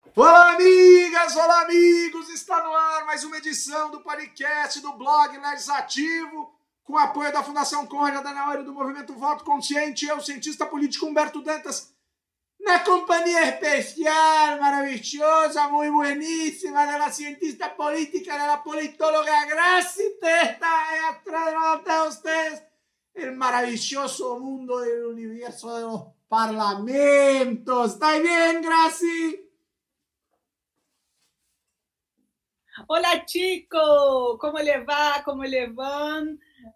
Olá, amigas! Olá, amigos! Está no ar mais uma edição do podcast do Blog Legislativo, com apoio da Fundação Conrad Adenauer e do Movimento Voto Consciente. Eu, cientista político Humberto Dantas, na companhia especial, maravilhosa, muy buenísima, de la cientista política, de la politóloga Grazi Testa, atrás de ustedes, el maravilloso mundo del universo de los parlamentos. ¿Está bien, Grazi? Olá, Chico! Como ele vai? Como ele vão?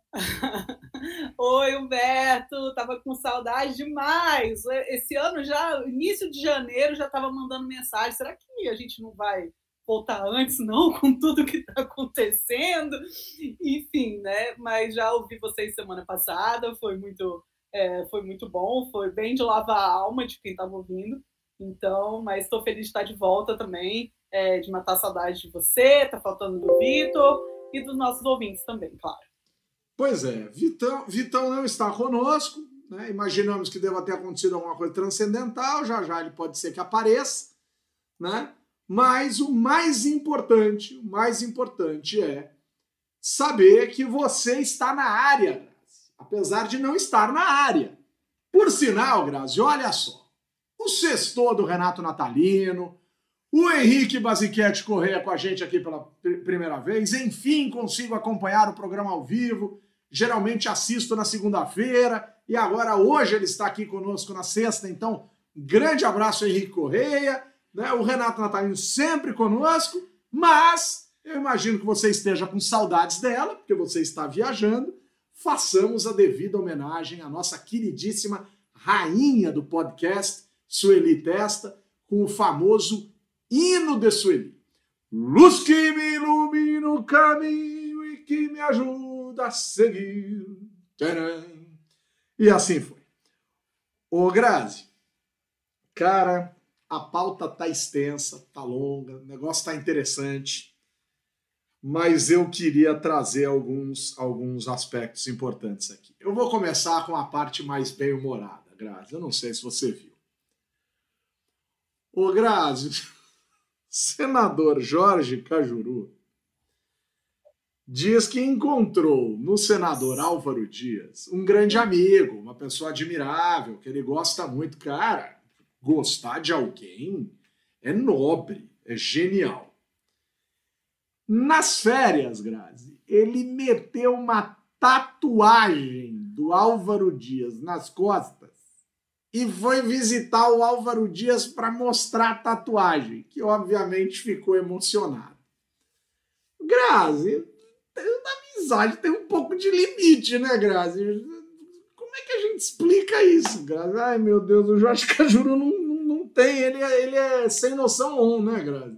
Oi, Humberto! Tava com saudade demais. Esse ano já, início de janeiro, já estava mandando mensagem. Será que a gente não vai voltar antes, não? Com tudo que está acontecendo? Enfim, né? Mas já ouvi vocês semana passada, foi muito bom, foi bem de lavar a alma de quem estava ouvindo. Então, mas estou feliz de estar de volta também. De matar a saudade de você, tá faltando do Vitor e dos nossos ouvintes também, claro. Pois é, Vitão não está conosco, né? Imaginamos que deva ter acontecido alguma coisa transcendental, já ele pode ser que apareça, né? Mas o mais importante é saber que você está na área, Grazi, apesar de não estar na área. Por sinal, Grazi, olha só, o sextou do Renato Natalino, o Henrique Basichetti Correia com a gente aqui pela primeira vez. Enfim, consigo acompanhar o programa ao vivo. Geralmente assisto na segunda-feira. E agora, hoje, ele está aqui conosco na sexta. Então, grande abraço, Henrique Correia. Né? O Renato Natalino sempre conosco. Mas eu imagino que você esteja com saudades dela, porque você está viajando. Façamos a devida homenagem à nossa queridíssima rainha do podcast, Sueli Testa, com o famoso hino de Sueli. Luz que me ilumina o caminho e que me ajuda a seguir. Tcharam. E assim foi. Ô, Grazi, cara, a pauta tá extensa, tá longa, o negócio tá interessante, mas eu queria trazer alguns aspectos importantes aqui. Eu vou começar com a parte mais bem-humorada, Grazi. Eu não sei se você viu. Ô, Grazi, senador Jorge Cajuru diz que encontrou no senador Álvaro Dias um grande amigo, uma pessoa admirável, que ele gosta muito. Cara, gostar de alguém é nobre, é genial. Nas férias, Grazi, ele meteu uma tatuagem do Álvaro Dias nas costas e foi visitar o Álvaro Dias para mostrar a tatuagem, que obviamente ficou emocionado. Grazi, na amizade tem um pouco de limite, né, Grazi? Como é que a gente explica isso, Grazi? Ai, meu Deus, o Jorge Cajuru não tem, ele é sem noção né, Grazi?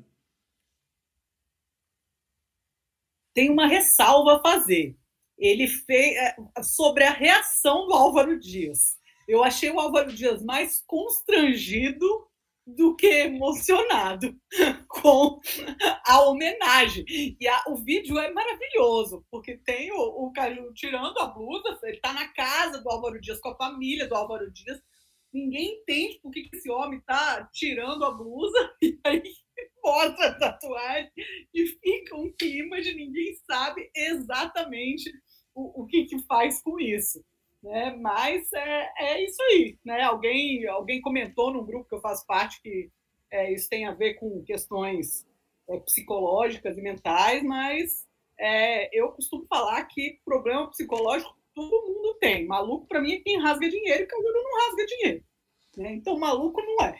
Tem uma ressalva a fazer. Ele fez sobre a reação do Álvaro Dias. Eu achei o Álvaro Dias mais constrangido do que emocionado com a homenagem. E o vídeo é maravilhoso, porque tem o Caju tirando a blusa, ele está na casa do Álvaro Dias, com a família do Álvaro Dias. Ninguém entende por que esse homem está tirando a blusa e aí mostra a tatuagem e fica um clima de ninguém sabe exatamente o que faz com isso. Né? Mas é isso aí. Né? Alguém comentou num grupo que eu faço parte que isso tem a ver com questões psicológicas e mentais, mas eu costumo falar que problema psicológico todo mundo tem. Maluco, para mim, é quem rasga dinheiro e Cajuru não rasga dinheiro. Né? Então, maluco não é.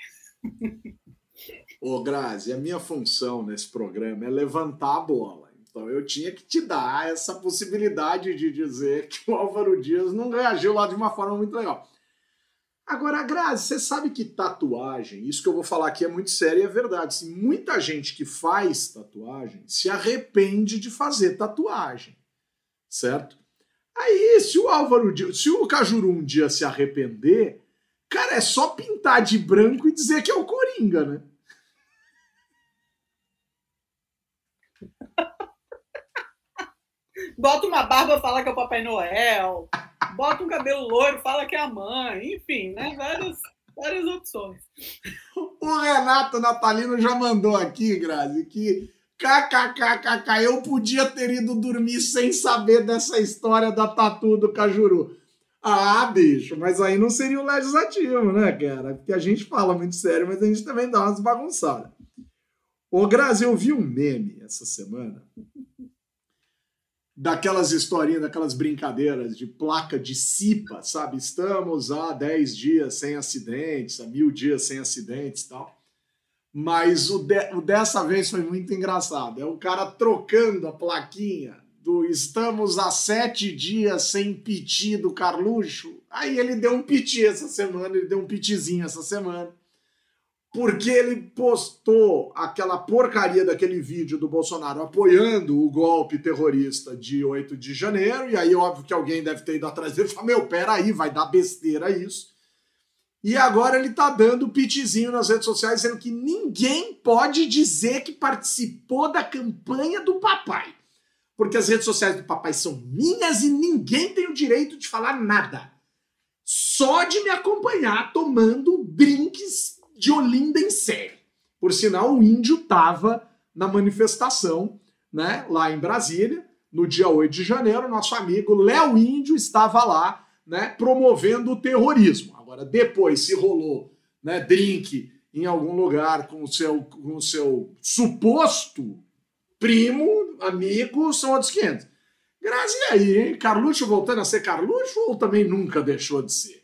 Ô, Grazi, a minha função nesse programa é levantar a bola. Então eu tinha que te dar essa possibilidade de dizer que o Álvaro Dias não reagiu lá de uma forma muito legal. Agora, Grazi, você sabe que tatuagem, isso que eu vou falar aqui é muito sério e é verdade. Assim, muita gente que faz tatuagem se arrepende de fazer tatuagem, certo? Aí, se o Cajuru um dia se arrepender, cara, é só pintar de branco e dizer que é o Coringa, né? Bota uma barba, fala que é o Papai Noel. Bota um cabelo loiro, fala que é a mãe. Enfim, né? Várias opções. O Renato Natalino já mandou aqui, Grazi, que kkkk, eu podia ter ido dormir sem saber dessa história da tatu do Cajuru. Ah, bicho, mas aí não seria o legislativo, né, cara? Porque a gente fala muito sério, mas a gente também dá umas bagunçadas. Ô, Grazi, eu vi um meme essa semana daquelas historinhas, daquelas brincadeiras de placa de CIPA, sabe? Estamos há 10 dias sem acidentes, há 1000 dias sem acidentes e tal. Mas o dessa vez foi muito engraçado. É o cara trocando a plaquinha do estamos há 7 dias sem piti do Carluxo. Aí ele deu um piti essa semana, ele deu um pitizinho essa semana. Porque ele postou aquela porcaria daquele vídeo do Bolsonaro apoiando o golpe terrorista de 8 de janeiro, e aí óbvio que alguém deve ter ido atrás dele e falou, meu, peraí, vai dar besteira isso. E agora ele tá dando pitizinho nas redes sociais, dizendo que ninguém pode dizer que participou da campanha do papai. Porque as redes sociais do papai são minhas e ninguém tem o direito de falar nada. Só de me acompanhar tomando drinks de Olinda em série. Por sinal, o Índio estava na manifestação, né, lá em Brasília, no dia 8 de janeiro, nosso amigo Léo Índio estava lá, né, promovendo o terrorismo. Agora, depois, se rolou, né, drink em algum lugar com o seu suposto primo, amigo, são outros 500. Grazi aí, hein? Carluxo voltando a ser Carluxo ou também nunca deixou de ser?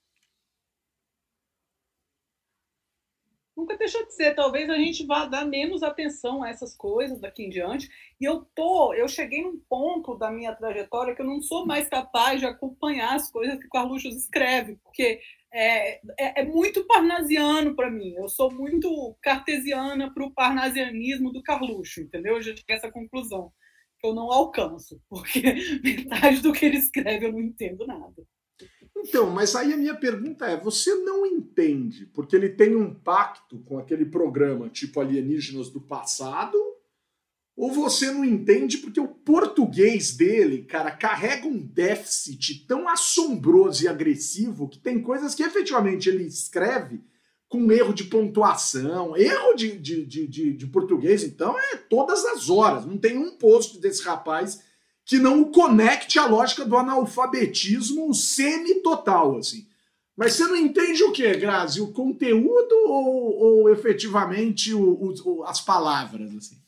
Nunca deixou de ser. Talvez a gente vá dar menos atenção a essas coisas daqui em diante. E eu cheguei num ponto da minha trajetória que eu não sou mais capaz de acompanhar as coisas que o Carluxo escreve, porque é muito parnasiano para mim. Eu sou muito cartesiana para o parnasianismo do Carluxo, entendeu? Eu já cheguei a essa conclusão, que eu não alcanço, porque metade do que ele escreve eu não entendo nada. Então, mas aí a minha pergunta é, você não entende porque ele tem um pacto com aquele programa tipo Alienígenas do Passado, ou você não entende porque o português dele, cara, carrega um déficit tão assombroso e agressivo que tem coisas que efetivamente ele escreve com erro de pontuação, erro de português, então é todas as horas, não tem um post desse rapaz que não o conecte à lógica do analfabetismo semi-total, assim. Mas você não entende o quê, Grazi? O conteúdo ou efetivamente as palavras, assim?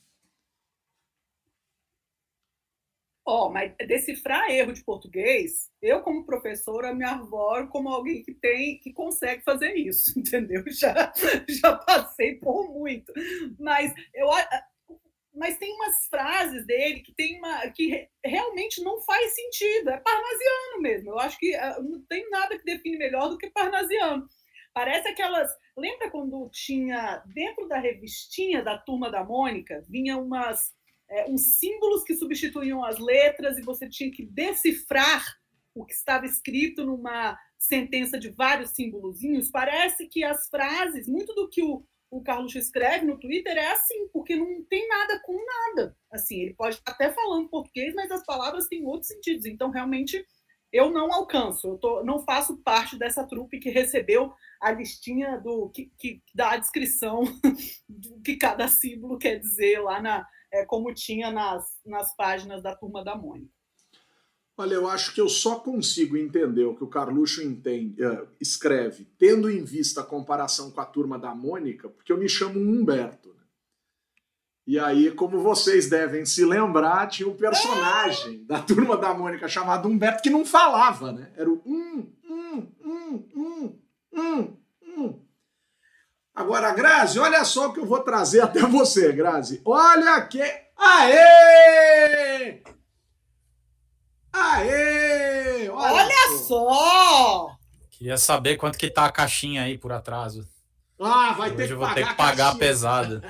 Mas decifrar erro de português, eu como professora me arvoro como alguém que consegue fazer isso, entendeu? Já passei por muito. Mas tem umas frases dele que realmente não faz sentido. É parnasiano mesmo. Eu acho que não tem nada que define melhor do que parnasiano. Parece aquelas... Lembra quando tinha, dentro da revistinha da Turma da Mônica, vinha uns símbolos que substituíam as letras e você tinha que decifrar o que estava escrito numa sentença de vários símbolozinhos? Parece que as frases, muito do que o Carluxo escreve no Twitter é assim, porque não tem nada com nada. Assim, ele pode estar até falando português, mas as palavras têm outros sentidos. Então, realmente, eu não alcanço. Não faço parte dessa trupe que recebeu a listinha que dá a descrição do que cada símbolo quer dizer lá como tinha nas páginas da Turma da Mônica. Olha, eu acho que eu só consigo entender o que o Carluxo escreve, tendo em vista a comparação com a Turma da Mônica, porque eu me chamo Humberto. Né? E aí, como vocês devem se lembrar, tinha um personagem da Turma da Mônica chamado Humberto que não falava, né? Era o Agora, Grazi, olha só o que eu vou trazer até você, Grazi. Olha que... Aê! Aê! Olha só! Queria saber quanto que tá a caixinha aí por atraso. Vai ter Hoje eu vou ter que pagar pesada.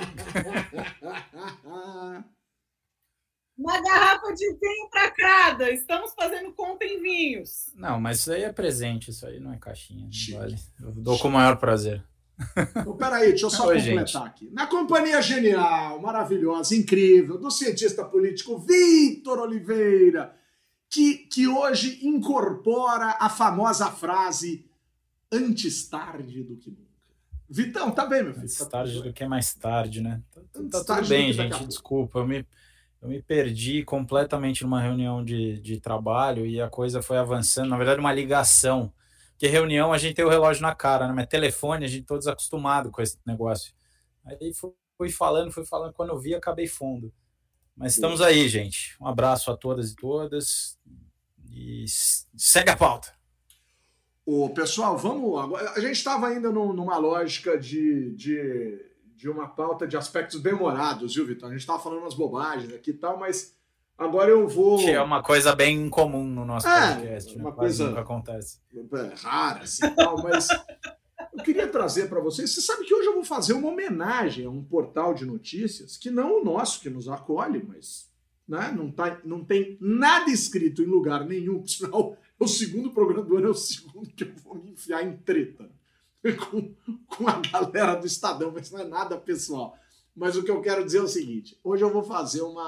Uma garrafa de vinho para cada. Estamos fazendo conta em vinhos. Não, mas isso aí é presente. Isso aí não é caixinha. Não vale. Eu dou com o maior prazer. Então, peraí, deixa eu só completar aqui. Na companhia genial, maravilhosa, incrível, do cientista político Vitor Oliveira, que hoje incorpora a famosa frase antes tarde do que nunca. Vitão, tá bem, meu filho? Antes tarde do que mais tarde, né? Tá tudo tarde bem, do que daqui a gente. pouco. Desculpa, eu me perdi completamente numa reunião de trabalho e a coisa foi avançando. Na verdade, uma ligação. Porque reunião a gente tem o relógio na cara, né? Mas telefone a gente todos acostumado com esse negócio. Aí fui falando. Quando eu vi, acabei fundo. Mas estamos aí, gente. Um abraço a todas e todas. E segue a pauta. Ô, pessoal, vamos agora. A gente estava ainda numa lógica de uma pauta de aspectos bem-humorados, viu, Vitor? A gente estava falando umas bobagens aqui e tal, mas agora eu vou... Que é uma coisa bem incomum no nosso podcast, né? Uma Quase coisa nunca acontece. Rara, assim, e tal, mas eu queria trazer para vocês... Você sabe que hoje eu vou fazer uma homenagem a um portal de notícias, que não o nosso, que nos acolhe, mas né, não tem nada escrito em lugar nenhum, sinal, o segundo programa do ano é o segundo que eu vou me enfiar em treta com a galera do Estadão, mas não é nada pessoal. Mas o que eu quero dizer é o seguinte: hoje eu vou fazer um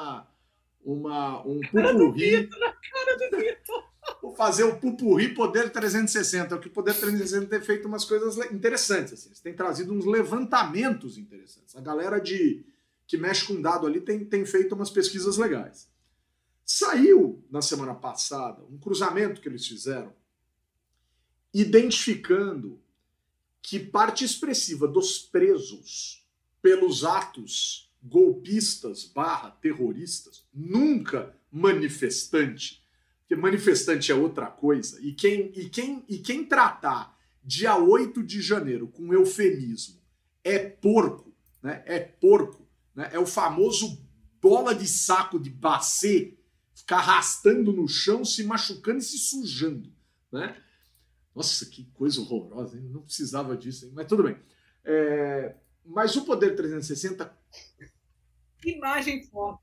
pupurri. Vou fazer o pupurri Poder 360, que o Poder 360 tem feito umas coisas interessantes. Assim. Eles têm trazido uns levantamentos interessantes. A galera que mexe com dado ali tem feito umas pesquisas legais. Saiu, na semana passada, um cruzamento que eles fizeram identificando que parte expressiva dos presos pelos atos golpistas / terroristas, nunca manifestante, porque manifestante é outra coisa, e quem tratar dia 8 de janeiro com eufemismo é porco, né? É porco, né? É o famoso bola de saco de bacê, ficar arrastando no chão, se machucando e se sujando, né? Nossa, que coisa horrorosa, hein? Não precisava disso, hein? Mas tudo bem. Mas o Poder 360... Que imagem forte.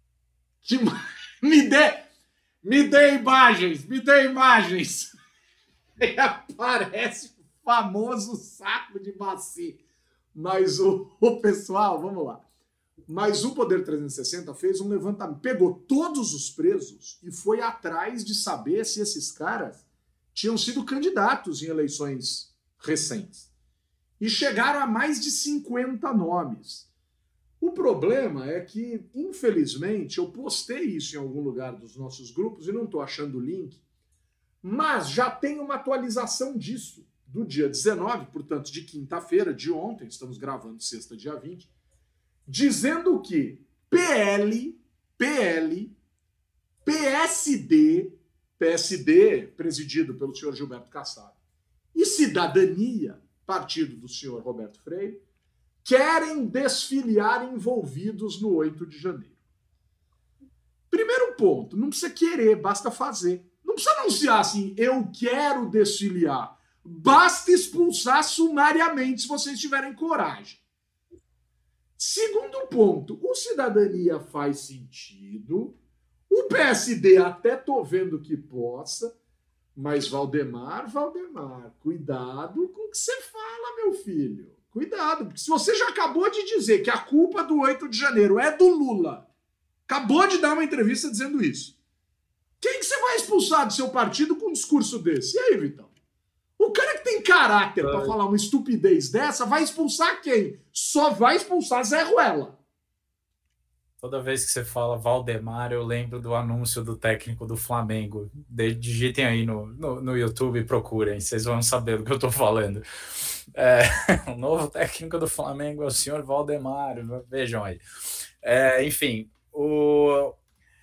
Me dê imagens. E aparece o famoso saco de bacê. Mas o pessoal, vamos lá. Mas o Poder 360 fez um levantamento, pegou todos os presos e foi atrás de saber se esses caras tinham sido candidatos em eleições recentes. E chegaram a mais de 50 nomes. O problema é que, infelizmente, eu postei isso em algum lugar dos nossos grupos e não estou achando o link, mas já tem uma atualização disso, do dia 19, portanto, de quinta-feira, de ontem, estamos gravando sexta, dia 20, dizendo que PL, PSD, presidido pelo senhor Gilberto Kassab, e Cidadania, partido do senhor Roberto Freire, querem desfiliar envolvidos no 8 de janeiro. Primeiro ponto, não precisa querer, basta fazer. Não precisa anunciar assim, eu quero desfiliar. Basta expulsar sumariamente se vocês tiverem coragem. Segundo ponto, o Cidadania faz sentido. O PSD até tô vendo que possa, mas Valdemar, cuidado com o que você fala, meu filho. Cuidado, porque se você já acabou de dizer que a culpa do 8 de janeiro é do Lula, acabou de dar uma entrevista dizendo isso, quem que você vai expulsar do seu partido com um discurso desse? E aí, Vitão? O cara que tem caráter para falar uma estupidez dessa vai expulsar quem? Só vai expulsar Zé Ruela. Toda vez que você fala Valdemar, eu lembro do anúncio do técnico do Flamengo. Digitem aí no YouTube e procurem, vocês vão saber do que eu estou falando. O novo técnico do Flamengo é o senhor Valdemar, vejam aí. Enfim, o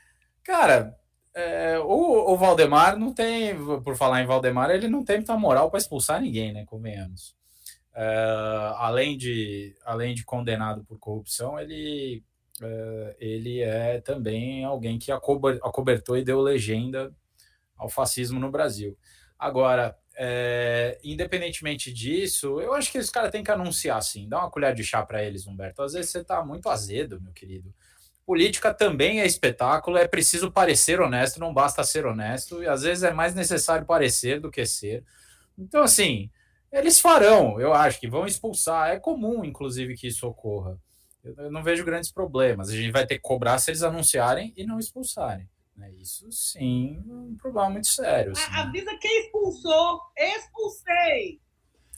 Valdemar não tem, por falar em Valdemar, ele não tem muita moral para expulsar ninguém, né? Convenhamos. Além de condenado por corrupção, ele é também alguém que acobertou e deu legenda ao fascismo no Brasil. Agora, independentemente disso, eu acho que os caras têm que anunciar, sim. Dá uma colher de chá para eles, Humberto. Às vezes você está muito azedo, meu querido. Política também é espetáculo, é preciso parecer honesto, não basta ser honesto, e às vezes é mais necessário parecer do que ser. Então, assim, eles farão, eu acho que vão expulsar. É comum, inclusive, que isso ocorra. Eu não vejo grandes problemas. A gente vai ter que cobrar se eles anunciarem e não expulsarem. Isso, sim, é um problema muito sério. Assim. Avisa quem expulsou. Expulsei.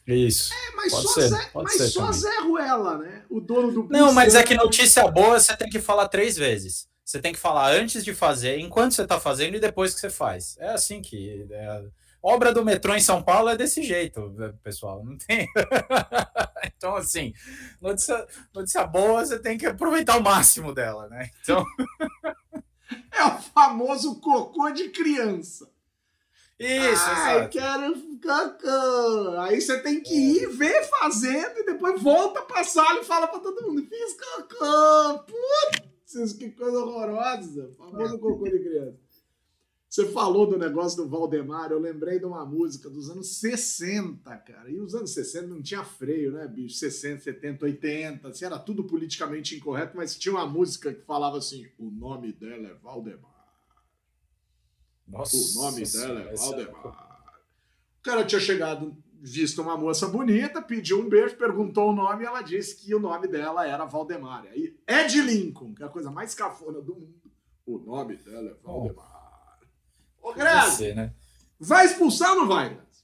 Isso. Mas Pode só, ser, Zé, pode mas ser só também. Zé Ruela, né? O dono do Não, mas é que Pulsão. notícia boa você tem que falar 3 vezes. Você tem que falar antes de fazer, enquanto você está fazendo e depois que você faz. É assim que... Obra do metrô em São Paulo é desse jeito, pessoal. Não tem... Então, assim, notícia boa, você tem que aproveitar o máximo dela, né? Então... É o famoso cocô de criança. Isso, exato. Quero cocô. Aí você tem que ir ver fazendo e depois volta pra sala e fala pra todo mundo: fiz cocô. Putz, que coisa horrorosa. Famoso cocô de criança. Você falou do negócio do Valdemar, eu lembrei de uma música dos anos 60, cara. E os anos 60 não tinha freio, né, bicho? 60, 70, 80, assim, era tudo politicamente incorreto, mas tinha uma música que falava assim: o nome dela é Valdemar. Nossa, o nome dela é Valdemar. O cara tinha chegado, visto uma moça bonita, pediu um beijo, perguntou o nome e ela disse que o nome dela era Valdemar. Aí, Ed Lincoln, que é a coisa mais cafona do mundo. O nome dela é Valdemar. Ô, Grazi, né? Vai expulsar ou não vai, Grazi?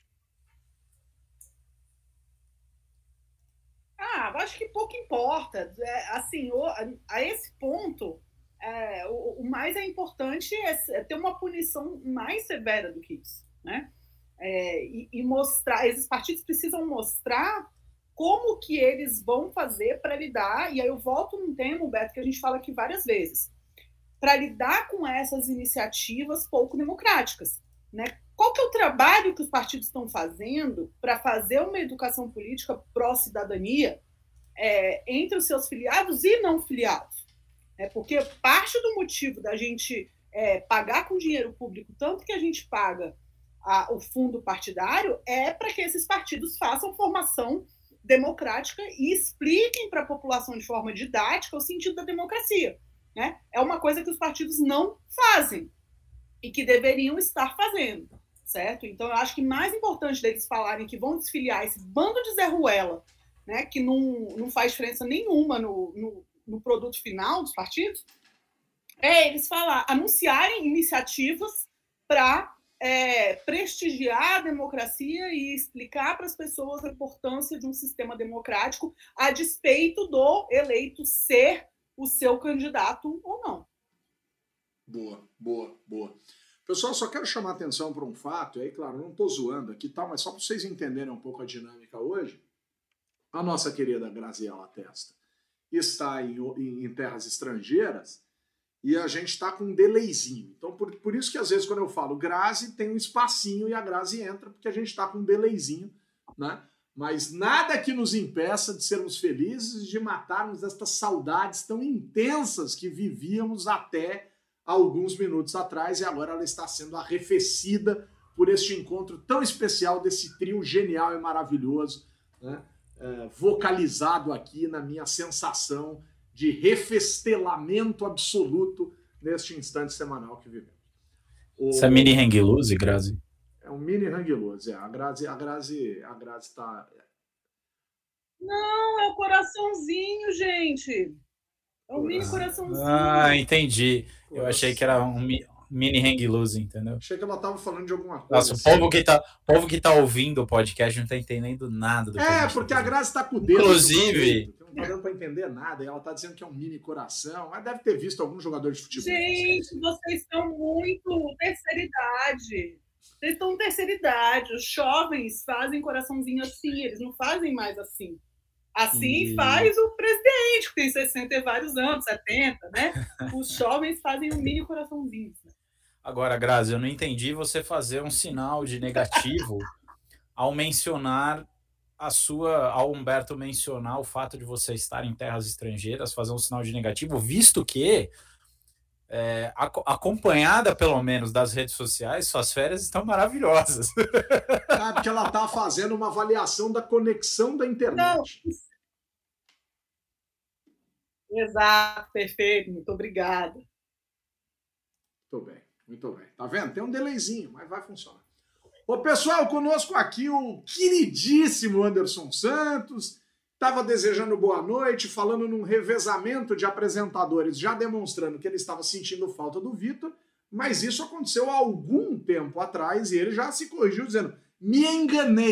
Acho que pouco importa. Assim, a esse ponto, o mais importante é ter uma punição mais severa do que isso, né? E mostrar, esses partidos precisam mostrar como que eles vão fazer para lidar, e aí eu volto num tema, Beto, que a gente fala aqui várias vezes, para lidar com essas iniciativas pouco democráticas, né? Qual que é o trabalho que os partidos estão fazendo para fazer uma educação política pró-cidadania entre os seus filiados e não filiados? Porque parte do motivo da gente pagar com dinheiro público, tanto que a gente paga o fundo partidário, é para que esses partidos façam formação democrática e expliquem para a população de forma didática o sentido da democracia. Né? É uma coisa que os partidos não fazem e que deveriam estar fazendo, certo? Então, eu acho que mais importante deles falarem que vão desfiliar esse bando de Zé Ruela, né, que não faz diferença nenhuma no produto final dos partidos, eles anunciarem iniciativas para prestigiar a democracia e explicar para as pessoas a importância de um sistema democrático a despeito do eleito ser o seu candidato ou não. Boa. Pessoal, só quero chamar a atenção para um fato, e aí, claro, não estou zoando aqui, tá, mas só para vocês entenderem um pouco a dinâmica hoje, a nossa querida Graziela Testa está em terras estrangeiras e a gente está com um delayzinho. Então, por isso que às vezes quando eu falo Grazi, tem um espacinho e a Grazi entra, porque a gente está com um delayzinho, né? Mas nada que nos impeça de sermos felizes, de matarmos estas saudades tão intensas que vivíamos até alguns minutos atrás, e agora ela está sendo arrefecida por este encontro tão especial desse trio genial e maravilhoso, né? Vocalizado aqui na minha sensação de refestelamento absoluto neste instante semanal que vivemos. Isso é mini hang loose, Grazi? É um mini hang loose, A Grazi está... Não, é o coraçãozinho, gente. É um mini coraçãozinho. Ah, entendi. Eu achei que era um mini hang loose, entendeu? Achei que ela estava falando de alguma coisa. Nossa, o povo que tá ouvindo o podcast não tá entendendo nada do que porque a Grazi está com o dedo. Inclusive, não tá dando para entender nada. E ela tá dizendo que é um mini coração. Mas deve ter visto algum jogador de futebol. Gente, vocês estão muito terceira idade. Vocês estão terceira idade. Os jovens fazem coraçãozinho assim, eles não fazem mais assim. Assim faz o presidente, que tem 60 e vários anos, 70, né? Os jovens fazem um mini coraçãozinho. Agora, Grazi, eu não entendi você fazer um sinal de negativo ao mencionar ao Humberto mencionar o fato de você estar em terras estrangeiras, fazer um sinal de negativo, visto que, acompanhada pelo menos das redes sociais, suas férias estão maravilhosas. Porque ela está fazendo uma avaliação da conexão da internet. Não. Exato, perfeito, muito obrigada. Muito bem. Tá vendo? Tem um delayzinho, mas vai funcionar. Ô, pessoal, conosco aqui o queridíssimo Anderson Santos. Estava desejando boa noite, falando num revezamento de apresentadores, já demonstrando que ele estava sentindo falta do Vitor, mas isso aconteceu há algum tempo atrás e ele já se corrigiu dizendo: me enganei.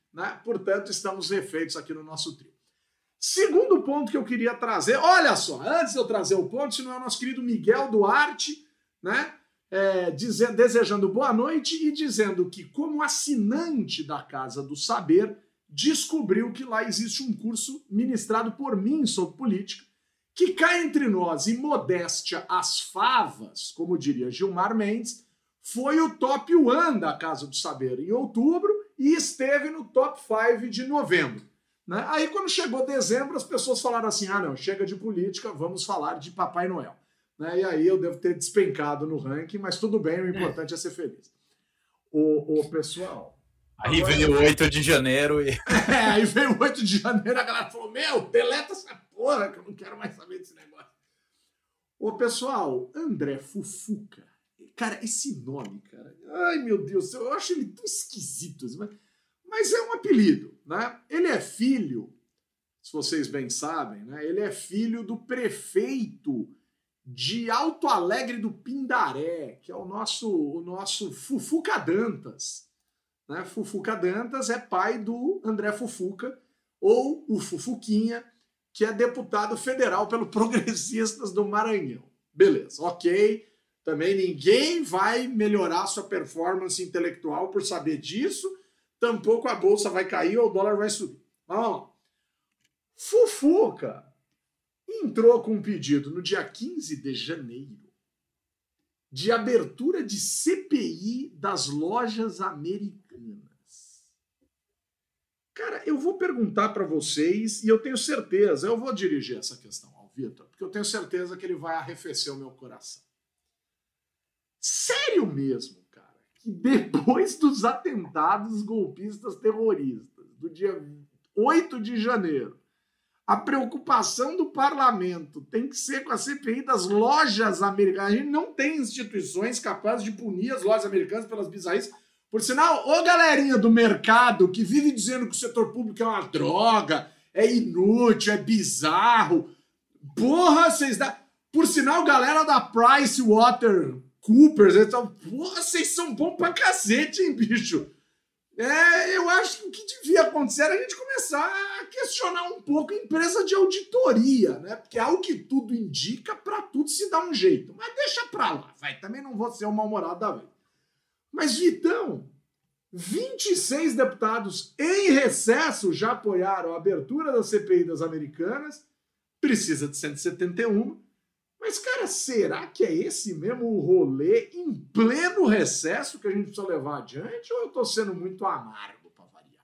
né? Portanto, estamos refeitos aqui no nosso trio. Segundo ponto que eu queria trazer, olha só, antes de eu trazer o ponto, se não é o nosso querido Miguel Duarte, né? Desejando boa noite e dizendo que, como assinante da Casa do Saber, descobriu que lá existe um curso ministrado por mim sobre política, que cá entre nós e modéstia às favas, como diria Gilmar Mendes, foi o top 1 da Casa do Saber em outubro e esteve no top 5 de novembro. Né? Aí quando chegou dezembro, as pessoas falaram assim, não, chega de política, vamos falar de Papai Noel. Né? E aí eu devo ter despencado no ranking, mas tudo bem, o importante é ser feliz. O pessoal... Aí veio o 8 de janeiro e... aí veio o 8 de janeiro, a galera falou, deleta essa porra, que eu não quero mais saber desse negócio. Ô, pessoal, André Fufuca. Cara, esse nome, cara... Ai, meu Deus, eu acho ele tão esquisito. Mas é um apelido, né? Ele é filho, se vocês bem sabem, né? Ele é filho do prefeito de Alto Alegre do Pindaré, que é o nosso Fufuca Dantas. Né? Fufuca Dantas é pai do André Fufuca, ou o Fufuquinha, que é deputado federal pelo Progressistas do Maranhão. Beleza, ok. Também ninguém vai melhorar sua performance intelectual por saber disso, tampouco a bolsa vai cair ou o dólar vai subir. Vamos lá. Fufuca entrou com um pedido no dia 15 de janeiro de abertura de CPI das lojas americanas. Cara, eu vou perguntar para vocês, e eu tenho certeza, eu vou dirigir essa questão ao Vitor, porque eu tenho certeza que ele vai arrefecer o meu coração. Sério mesmo, cara, que depois dos atentados golpistas terroristas, do dia 8 de janeiro, a preocupação do parlamento tem que ser com a CPI das lojas americanas. A gente não tem instituições capazes de punir as lojas americanas pelas bizarrices. Por sinal, ô galerinha do mercado que vive dizendo que o setor público é uma droga, é inútil, é bizarro. Porra, vocês dá... Por sinal, galera da PricewaterhouseCoopers, então, porra, vocês são bons pra cacete, hein, bicho? Eu acho que o que devia acontecer era a gente começar a questionar um pouco a empresa de auditoria, né? Porque ao que tudo indica, para tudo se dá um jeito. Mas deixa pra lá, vai. Também não vou ser o mal-humorado da vez. Mas, Vitão, 26 deputados em recesso já apoiaram a abertura da CPI das Americanas. Precisa de 171. Mas, cara, será que é esse mesmo o rolê em pleno recesso que a gente precisa levar adiante? Ou eu tô sendo muito amargo para variar?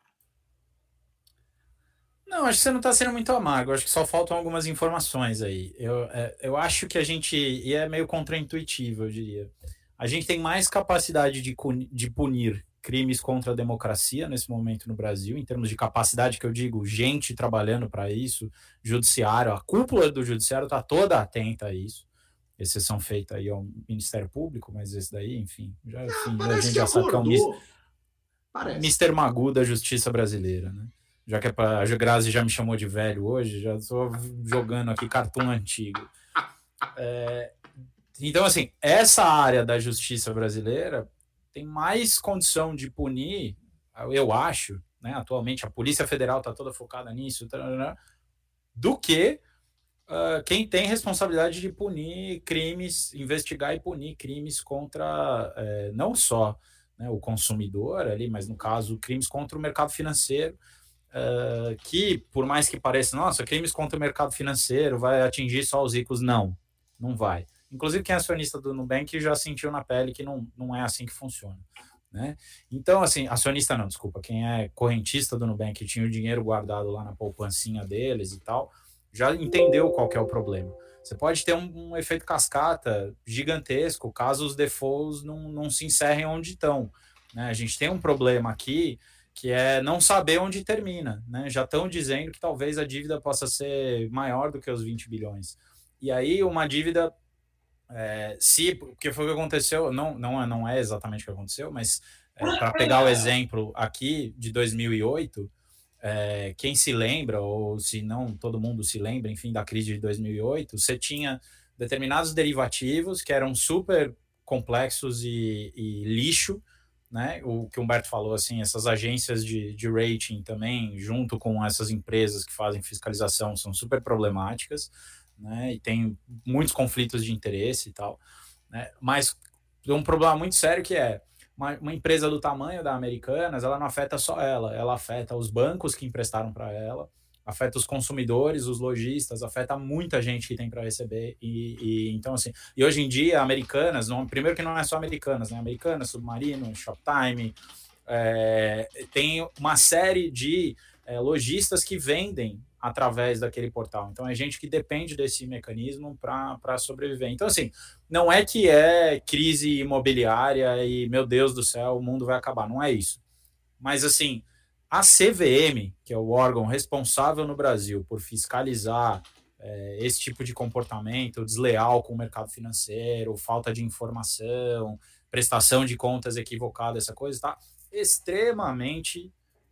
Não, acho que você não tá sendo muito amargo. Acho que só faltam algumas informações aí. Eu acho que a gente... E é meio contraintuitivo, eu diria. A gente tem mais capacidade de punir crimes contra a democracia nesse momento no Brasil, em termos de capacidade que eu digo, gente trabalhando para isso, judiciário, a cúpula do judiciário está toda atenta a isso, exceção feita aí ao Ministério Público, mas esse daí, enfim, a gente já sabe que é o Mr. Magoo da justiça brasileira, né? Já que a Grazi já me chamou de velho hoje, já estou jogando aqui cartoon antigo. Então, assim, essa área da justiça brasileira tem mais condição de punir, eu acho, né? Atualmente a Polícia Federal está toda focada nisso, do que quem tem responsabilidade de punir crimes, investigar e punir crimes contra não só, né, o consumidor ali, mas no caso crimes contra o mercado financeiro, que por mais que pareça, nossa, crimes contra o mercado financeiro vai atingir só os ricos, não vai. Inclusive, quem é acionista do Nubank já sentiu na pele que não é assim que funciona, né? Então, assim, acionista não, desculpa, quem é correntista do Nubank e tinha o dinheiro guardado lá na poupancinha deles e tal, já entendeu qual que é o problema. Você pode ter um efeito cascata gigantesco caso os defaults não se encerrem onde estão, né? A gente tem um problema aqui que é não saber onde termina, né? Já estão dizendo que talvez a dívida possa ser maior do que os 20 bilhões. E aí uma dívida... porque foi o que aconteceu, não é exatamente o que aconteceu, mas para pegar o exemplo aqui de 2008, quem se lembra, ou se não todo mundo se lembra, enfim, da crise de 2008, você tinha determinados derivativos que eram super complexos e lixo, né? O que o Humberto falou, assim, essas agências de rating também, junto com essas empresas que fazem fiscalização, são super problemáticas, né? E tem muitos conflitos de interesse e tal, né? Mas tem um problema muito sério que é uma empresa do tamanho da Americanas, ela não afeta só ela afeta os bancos que emprestaram para ela, afeta os consumidores, os lojistas, afeta muita gente que tem para receber. Então, assim, e hoje em dia, Americanas, primeiro que não é só Americanas, né? Americanas, Submarino, Shoptime, tem uma série de lojistas que vendem através daquele portal. Então, é gente que depende desse mecanismo para sobreviver. Então, assim, não é que é crise imobiliária e, meu Deus do céu, o mundo vai acabar. Não é isso. Mas, assim, a CVM, que é o órgão responsável no Brasil por fiscalizar esse tipo de comportamento desleal com o mercado financeiro, falta de informação, prestação de contas equivocada, essa coisa, está extremamente,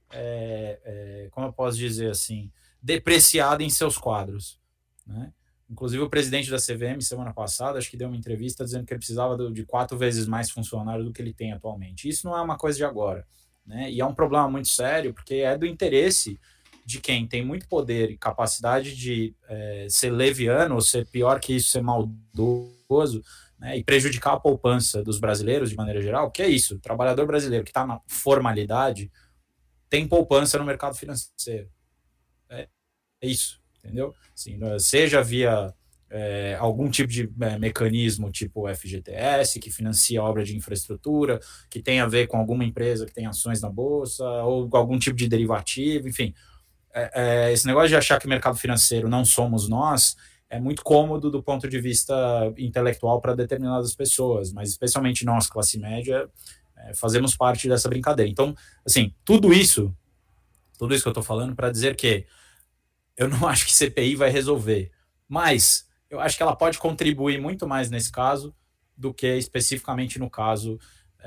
como eu posso dizer assim, depreciada em seus quadros, né? Inclusive o presidente da CVM, semana passada, acho que deu uma entrevista dizendo que ele precisava de 4 vezes mais funcionários do que ele tem atualmente. Isso não é uma coisa de agora, né? E é um problema muito sério, porque é do interesse de quem tem muito poder e capacidade de ser leviano, ou ser pior que isso, ser maldoso, né? E prejudicar a poupança dos brasileiros de maneira geral, que é isso, o trabalhador brasileiro que está na formalidade tem poupança no mercado financeiro. É isso, entendeu? Assim, seja via algum tipo de mecanismo tipo o FGTS, que financia obra de infraestrutura, que tem a ver com alguma empresa que tem ações na bolsa, ou algum tipo de derivativo, enfim. Esse negócio de achar que o mercado financeiro não somos nós é muito cômodo do ponto de vista intelectual para determinadas pessoas, mas especialmente nós, classe média, fazemos parte dessa brincadeira. Então, assim, tudo isso que eu estou falando para dizer que eu não acho que CPI vai resolver, mas eu acho que ela pode contribuir muito mais nesse caso do que especificamente no caso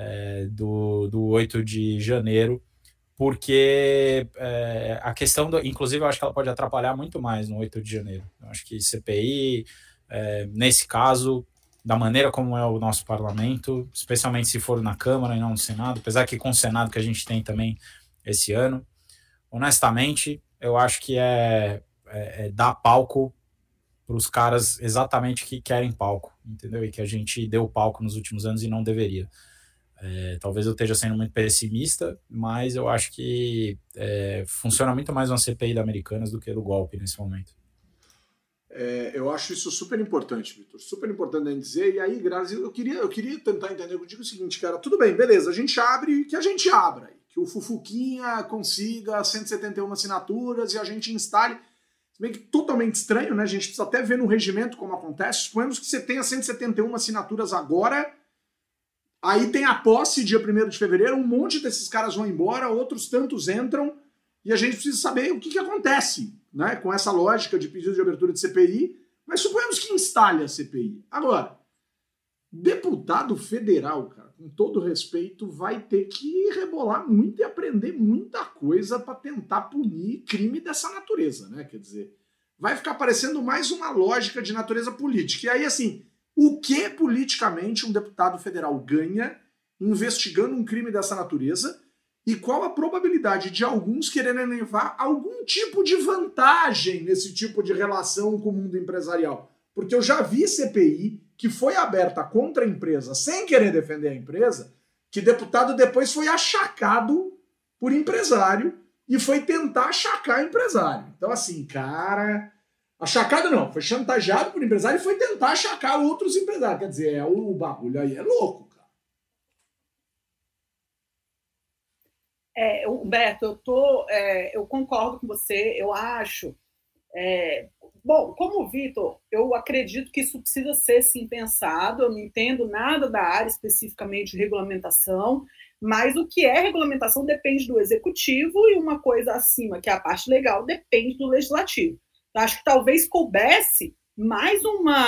do 8 de janeiro, porque a questão, inclusive eu acho que ela pode atrapalhar muito mais no 8 de janeiro. Eu acho que CPI, nesse caso, da maneira como é o nosso parlamento, especialmente se for na Câmara e não no Senado, apesar que com o Senado que a gente tem também esse ano, honestamente, eu acho que dar palco para os caras exatamente que querem palco, entendeu? E que a gente deu palco nos últimos anos e não deveria. Talvez eu esteja sendo muito pessimista, mas eu acho que funciona muito mais uma CPI da Americanas do que do golpe nesse momento. Eu acho isso super importante, Vitor. Super importante a gente dizer. E aí, Grazi, eu queria tentar entender. Eu digo o seguinte, cara, tudo bem, beleza, a gente abre, que a gente abra. Que o Fufuquinha consiga 171 assinaturas e a gente instale. Se bem que totalmente estranho, né? A gente precisa até ver no regimento como acontece. Suponhamos que você tenha 171 assinaturas agora, aí tem a posse dia 1º de fevereiro, um monte desses caras vão embora, outros tantos entram, e a gente precisa saber o que acontece, né? Com essa lógica de pedido de abertura de CPI, mas suponhamos que instale a CPI. Agora, deputado federal, cara, com todo respeito, vai ter que rebolar muito e aprender muita coisa para tentar punir crime dessa natureza, né? Quer dizer, vai ficar parecendo mais uma lógica de natureza política. E aí, assim, o que politicamente um deputado federal ganha investigando um crime dessa natureza e qual a probabilidade de alguns quererem levar algum tipo de vantagem nesse tipo de relação com o mundo empresarial? Porque eu já vi CPI que foi aberta contra a empresa sem querer defender a empresa, que deputado depois foi achacado por empresário e foi tentar achacar empresário. Então, assim, cara... Achacado não, foi chantageado por empresário e foi tentar achacar outros empresários. Quer dizer, o bagulho aí é louco, cara. Humberto, eu concordo com você, eu acho... Bom, como o Vitor, eu acredito que isso precisa ser, sim, pensado. Eu não entendo nada da área especificamente de regulamentação, mas o que é regulamentação depende do executivo e uma coisa acima, que é a parte legal, depende do legislativo. Então, acho que talvez coubesse mais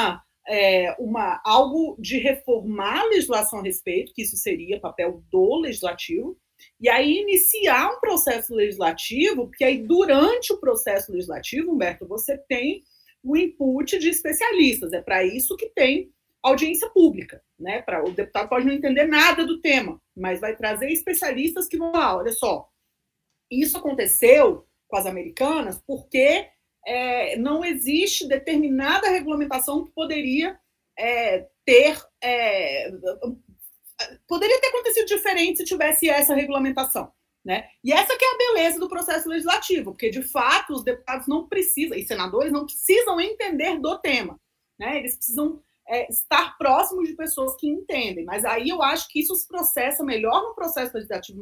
algo de reformar a legislação a respeito, que isso seria papel do legislativo, e aí iniciar um processo legislativo, porque aí durante o processo legislativo, Humberto, você tem o input de especialistas. É para isso que tem audiência pública, né? O deputado pode não entender nada do tema, mas vai trazer especialistas que vão lá, olha só, isso aconteceu com as americanas porque não existe determinada regulamentação que poderia poderia ter acontecido diferente se tivesse essa regulamentação, né? E essa que é a beleza do processo legislativo, porque, de fato, os deputados não precisam, e senadores não precisam entender do tema, né? Eles precisam estar próximos de pessoas que entendem, mas aí eu acho que isso se processa melhor no processo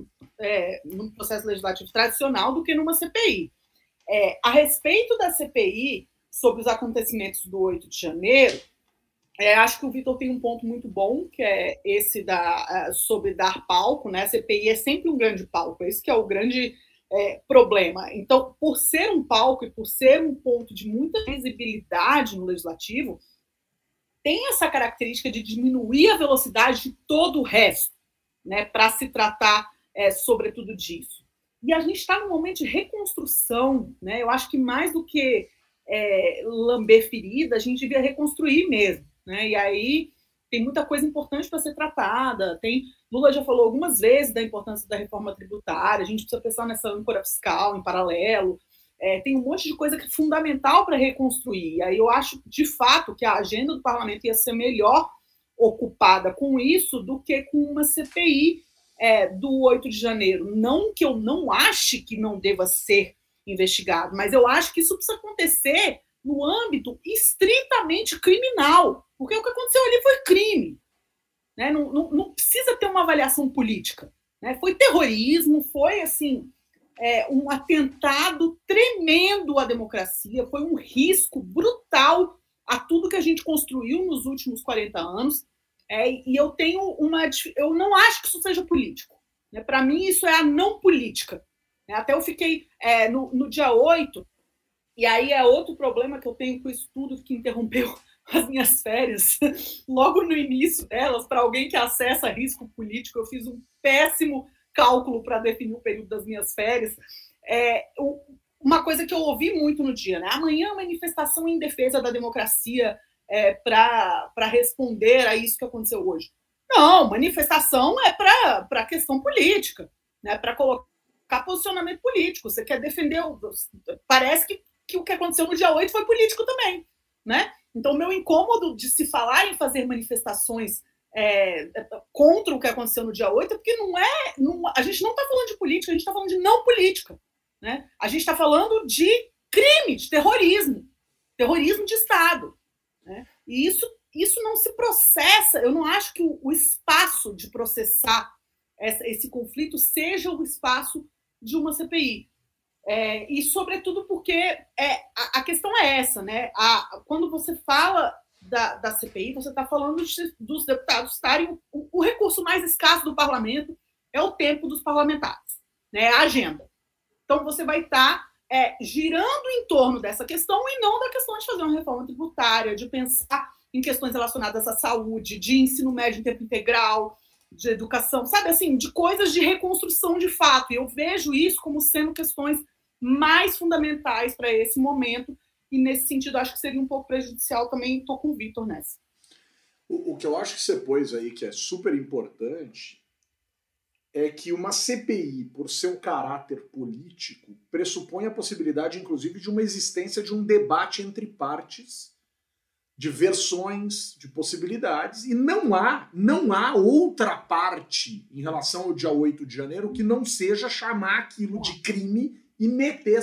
legislativo tradicional do que numa CPI. A respeito da CPI, sobre os acontecimentos do 8 de janeiro, acho que o Vitor tem um ponto muito bom, que é esse sobre dar palco, né? A CPI é sempre um grande palco, esse que é o grande problema. Então, por ser um palco e por ser um ponto de muita visibilidade no legislativo, tem essa característica de diminuir a velocidade de todo o resto, né, para se tratar, sobretudo, disso. E a gente está num momento de reconstrução, né? Eu acho que mais do que lamber ferida, a gente devia reconstruir mesmo, né? E aí tem muita coisa importante para ser tratada. Lula já falou algumas vezes da importância da reforma tributária, a gente precisa pensar nessa âncora fiscal em paralelo. Tem um monte de coisa que é fundamental para reconstruir. Aí eu acho, de fato, que a agenda do parlamento ia ser melhor ocupada com isso do que com uma CPI do 8 de janeiro. Não que eu não ache que não deva ser investigado, mas eu acho que isso precisa acontecer no âmbito estritamente criminal, porque o que aconteceu ali foi crime, né? Não precisa ter uma avaliação política, né? Foi terrorismo, foi assim... um atentado tremendo à democracia, foi um risco brutal a tudo que a gente construiu nos últimos 40 anos, e eu não acho que isso seja político, né? Para mim, isso é a não política. Até eu fiquei no dia 8, e aí é outro problema que eu tenho com isso tudo, que interrompeu as minhas férias, logo no início delas, para alguém que acessa risco político, eu fiz um péssimo cálculo para definir o período das minhas férias. Uma coisa que eu ouvi muito no dia, né? Amanhã, manifestação em defesa da democracia para responder a isso que aconteceu hoje. Não, manifestação é para questão política, né? Para colocar posicionamento político. Você quer defender... Parece que o que aconteceu no dia 8 foi político também, né? Então, o meu incômodo de se falar em fazer manifestações contra o que aconteceu no dia 8, porque a gente não está falando de política, a gente está falando de não política, né? A gente está falando de crime, de terrorismo de Estado, né? E isso não se processa. Eu não acho que o espaço de processar esse conflito seja o espaço de uma CPI. E, sobretudo, porque a questão é essa, né? Quando você fala da CPI, você está falando dos deputados estarem... O recurso mais escasso do parlamento é o tempo dos parlamentares, né? A agenda. Então, você vai estar girando em torno dessa questão e não da questão de fazer uma reforma tributária, de pensar em questões relacionadas à saúde, de ensino médio em tempo integral, de educação, sabe, assim, de coisas de reconstrução de fato. E eu vejo isso como sendo questões mais fundamentais para esse momento, e nesse sentido acho que seria um pouco prejudicial também. Estou com o Vitor nessa. O que eu acho que você pôs aí, que é super importante, é que uma CPI, por seu caráter político, pressupõe a possibilidade, inclusive, de uma existência de um debate entre partes, de versões, de possibilidades, e não há outra parte em relação ao dia 8 de janeiro que não seja chamar aquilo de crime e meter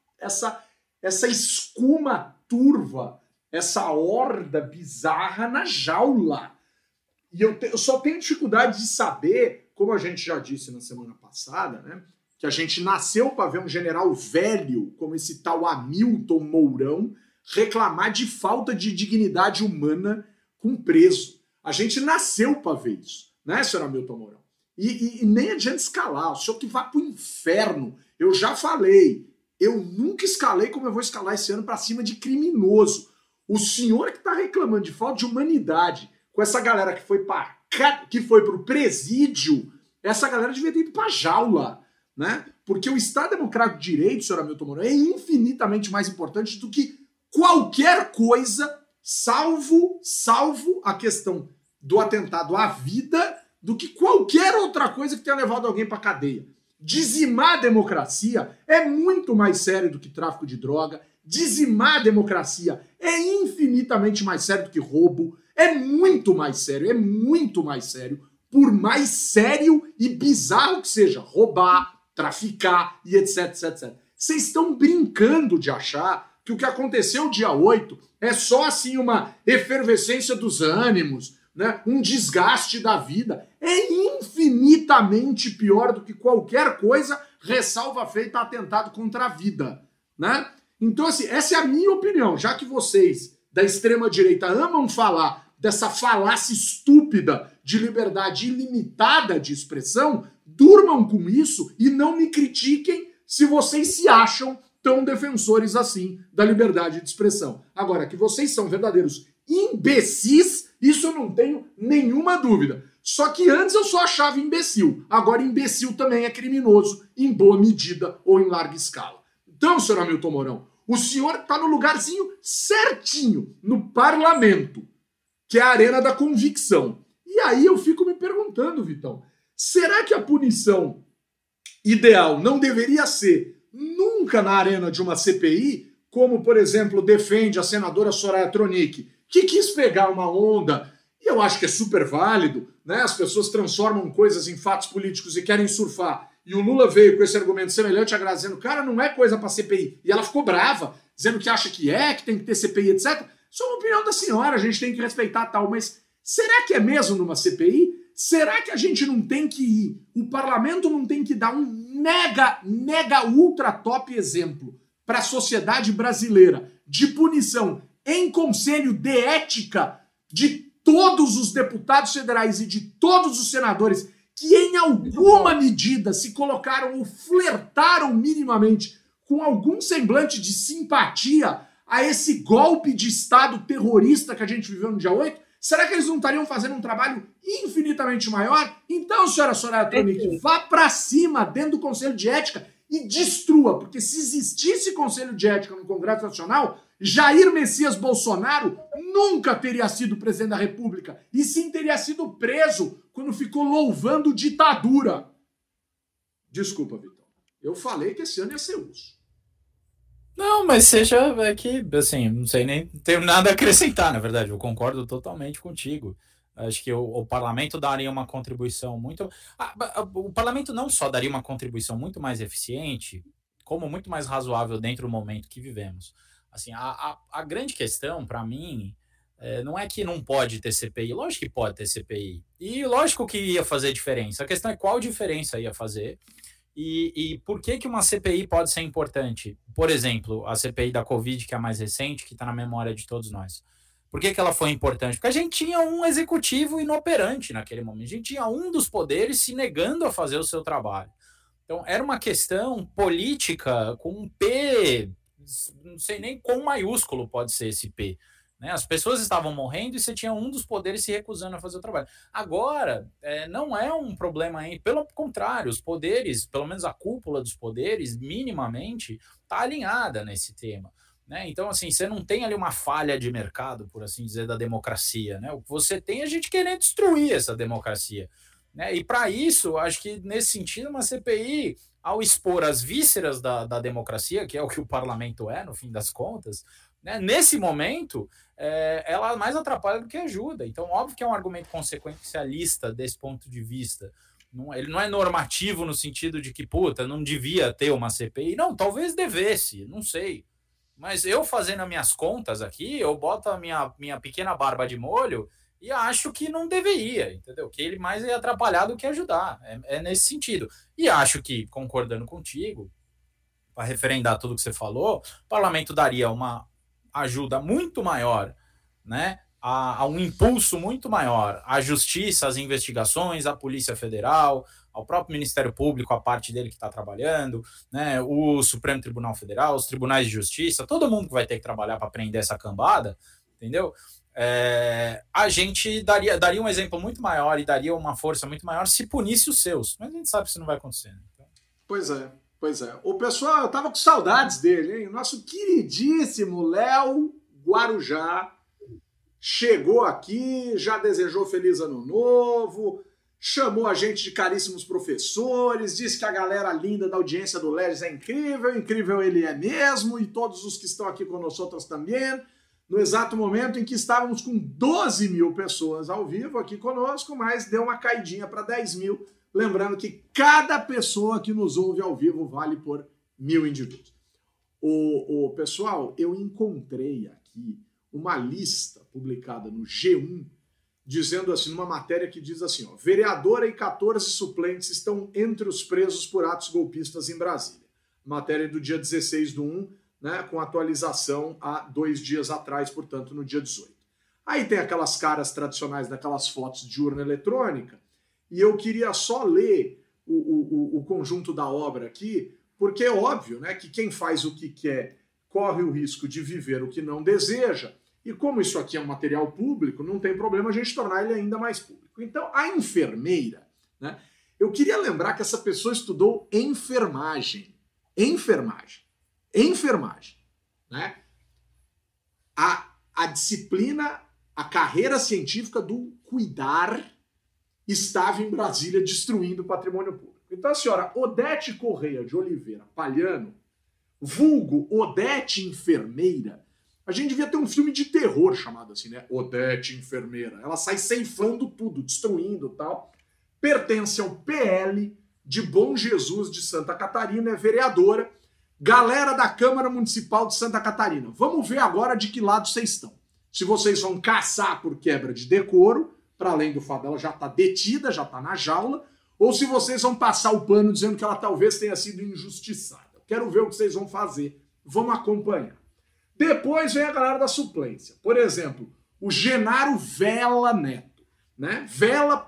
essa escuma turva, essa horda bizarra na jaula. E eu só tenho dificuldade de saber, como a gente já disse na semana passada, né, que a gente nasceu para ver um general velho, como esse tal Hamilton Mourão, reclamar de falta de dignidade humana com preso. A gente nasceu para ver isso, né, senhor Hamilton Mourão? E nem adianta escalar, o senhor que vá pro inferno. Eu já falei, eu nunca escalei como eu vou escalar esse ano para cima de criminoso. O senhor que está reclamando de falta de humanidade com essa galera que foi pro presídio, essa galera devia ter ido pra jaula, né? Porque o Estado Democrático de Direito, senhor Hamilton Mourão, é infinitamente mais importante do que qualquer coisa salvo a questão do atentado à vida, do que qualquer outra coisa que tenha levado alguém para cadeia. Dizimar a democracia é muito mais sério do que tráfico de droga. Dizimar a democracia é infinitamente mais sério do que roubo. É muito mais sério, por mais sério e bizarro que seja, roubar, traficar e etc, etc, etc. Vocês estão brincando de achar que o que aconteceu dia 8 é só assim uma efervescência dos ânimos, né? Um desgaste da vida. É infinitamente pior do que qualquer coisa, ressalva feita a atentado contra a vida, né? Então, assim, essa é a minha opinião. Já que vocês da extrema-direita amam falar dessa falácia estúpida de liberdade ilimitada de expressão, durmam com isso e não me critiquem se vocês se acham tão defensores assim da liberdade de expressão. Agora, que vocês são verdadeiros imbecis, isso eu não tenho nenhuma dúvida. Só que antes eu só achava imbecil. Agora imbecil também é criminoso, em boa medida ou em larga escala. Então, senhor Hamilton Mourão, o senhor está no lugarzinho certinho, no parlamento, que é a arena da convicção. E aí eu fico me perguntando, Vitão, será que a punição ideal não deveria ser nunca na arena de uma CPI, como, por exemplo, defende a senadora Soraya Tronic, que quis pegar uma onda, e eu acho que é super válido, né? As pessoas transformam coisas em fatos políticos e querem surfar. E o Lula veio com esse argumento semelhante, agradecendo, cara, não é coisa para CPI. E ela ficou brava, dizendo que acha que tem que ter CPI, etc. Isso é uma opinião da senhora, a gente tem que respeitar tal, mas será que é mesmo numa CPI? Será que a gente não tem que ir? O parlamento não tem que dar um mega, ultra top exemplo para a sociedade brasileira de punição em conselho de ética de todos os deputados federais e de todos os senadores que em alguma medida se colocaram ou flertaram minimamente com algum semblante de simpatia a esse golpe de Estado terrorista que a gente viveu no dia 8? Será que eles não estariam fazendo um trabalho infinitamente maior? Então, senhora Soraya Tronic, vá para cima dentro do Conselho de Ética e destrua, porque se existisse Conselho de Ética no Congresso Nacional, Jair Messias Bolsonaro nunca teria sido presidente da República, e sim teria sido preso quando ficou louvando ditadura. Desculpa, Vitor. Eu falei que esse ano ia ser urso. Não, mas seja que, assim, não sei nem, tenho nada a acrescentar, na verdade, eu concordo totalmente contigo. Acho que o parlamento daria uma contribuição muito... O parlamento não só daria uma contribuição muito mais eficiente, como muito mais razoável dentro do momento que vivemos. Assim, a grande questão, para mim, não é que não pode ter CPI, lógico que pode ter CPI, e lógico que ia fazer diferença. A questão é qual diferença ia fazer, e por que uma CPI pode ser importante? Por exemplo, a CPI da Covid, que é a mais recente, que está na memória de todos nós. Por que ela foi importante? Porque a gente tinha um executivo inoperante naquele momento. A gente tinha um dos poderes se negando a fazer o seu trabalho. Então, era uma questão política com um P, não sei nem quão maiúsculo pode ser esse P. Né? As pessoas estavam morrendo e você tinha um dos poderes se recusando a fazer o trabalho. Agora, não é um problema aí. Pelo contrário, os poderes, pelo menos a cúpula dos poderes, minimamente, está alinhada nesse tema. Né? Então, assim, você não tem ali uma falha de mercado, por assim dizer, da democracia. Né? O que você tem é a gente querendo destruir essa democracia. Né? E para isso, acho que nesse sentido, uma CPI, ao expor as vísceras da democracia, que é o que o parlamento é, no fim das contas, né? Nesse momento, ela mais atrapalha do que ajuda. Então, óbvio que é um argumento consequencialista desse ponto de vista. Ele não é normativo no sentido de que, puta, não devia ter uma CPI. Não, talvez devesse, não sei. Mas eu fazendo as minhas contas aqui, eu boto a minha pequena barba de molho e acho que não deveria, entendeu? Que ele mais ia atrapalhar do que ajudar. É nesse sentido. E acho que, concordando contigo, para referendar tudo que você falou, o parlamento daria uma ajuda muito maior, né? A um impulso muito maior à justiça, às investigações, à Polícia Federal, ao próprio Ministério Público, a parte dele que está trabalhando, né, o Supremo Tribunal Federal, os tribunais de justiça, todo mundo que vai ter que trabalhar para prender essa cambada, entendeu? A gente daria um exemplo muito maior e daria uma força muito maior se punisse os seus, mas a gente sabe que isso não vai acontecer. Né? Então... Pois é. O pessoal, eu tava com saudades dele, hein? O nosso queridíssimo Léo Guarujá, chegou aqui, já desejou feliz ano novo, chamou a gente de caríssimos professores, disse que a galera linda da audiência do Leges é incrível, incrível ele é mesmo, e todos os que estão aqui conosco também, no exato momento em que estávamos com 12 mil pessoas ao vivo aqui conosco, mas deu uma caidinha para 10 mil, lembrando que cada pessoa que nos ouve ao vivo vale por 1000 indivíduos. Pessoal, eu encontrei aqui uma lista publicada no G1, dizendo assim, numa matéria que diz assim, ó, vereadora e 14 suplentes estão entre os presos por atos golpistas em Brasília. Matéria do dia 16/1, né, com atualização há 2 dias atrás, portanto, no dia 18. Aí tem aquelas caras tradicionais daquelas fotos de urna eletrônica, e eu queria só ler o conjunto da obra aqui, porque é óbvio, né, que quem faz o que quer corre o risco de viver o que não deseja, e como isso aqui é um material público, não tem problema a gente tornar ele ainda mais público. Então, a enfermeira, né, eu queria lembrar que essa pessoa estudou enfermagem. Enfermagem. Né? A disciplina, a carreira científica do cuidar estava em Brasília destruindo o patrimônio público. Então a senhora Odete Correia de Oliveira Palhano, vulgo Odete Enfermeira, a gente devia ter um filme de terror chamado assim, né? Odete Enfermeira. Ela sai ceifando tudo, destruindo e tal. Pertence ao PL de Bom Jesus de Santa Catarina, é vereadora. Galera da Câmara Municipal de Santa Catarina, vamos ver agora de que lado vocês estão. Se vocês vão caçar por quebra de decoro, para além do fato dela já estar detida, já está na jaula, ou se vocês vão passar o pano dizendo que ela talvez tenha sido injustiçada. Quero ver o que vocês vão fazer. Vamos acompanhar. Depois vem a galera da suplência. Por exemplo, o Genaro Vela Neto. Né? Vela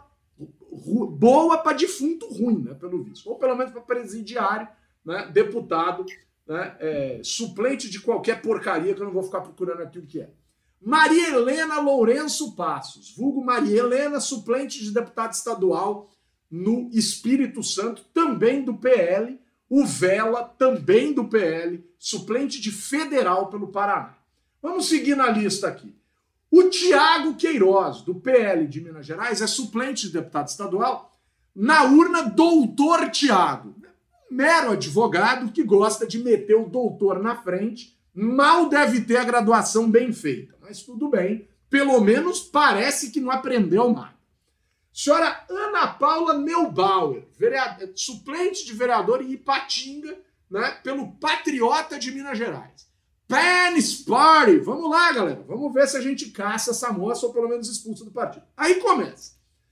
boa para defunto ruim, né, pelo visto. Ou pelo menos para presidiário, né, deputado, né, suplente de qualquer porcaria que eu não vou ficar procurando aqui o que é. Maria Helena Lourenço Passos, vulgo Maria Helena, suplente de deputado estadual no Espírito Santo, também do PL. O Vela, também do PL, suplente de federal pelo Paraná. Vamos seguir na lista aqui. O Tiago Queiroz, do PL de Minas Gerais, é suplente de deputado estadual na urna Doutor Tiago. Mero advogado que gosta de meter o doutor na frente, mal deve ter a graduação bem feita. Mas tudo bem, pelo menos parece que não aprendeu nada. Senhora Ana Paula Neubauer, suplente de vereador em Ipatinga, né, pelo Patriota de Minas Gerais. Penis Party! Vamos lá, galera. Vamos ver se a gente caça essa moça ou pelo menos expulsa do partido. Aí começa.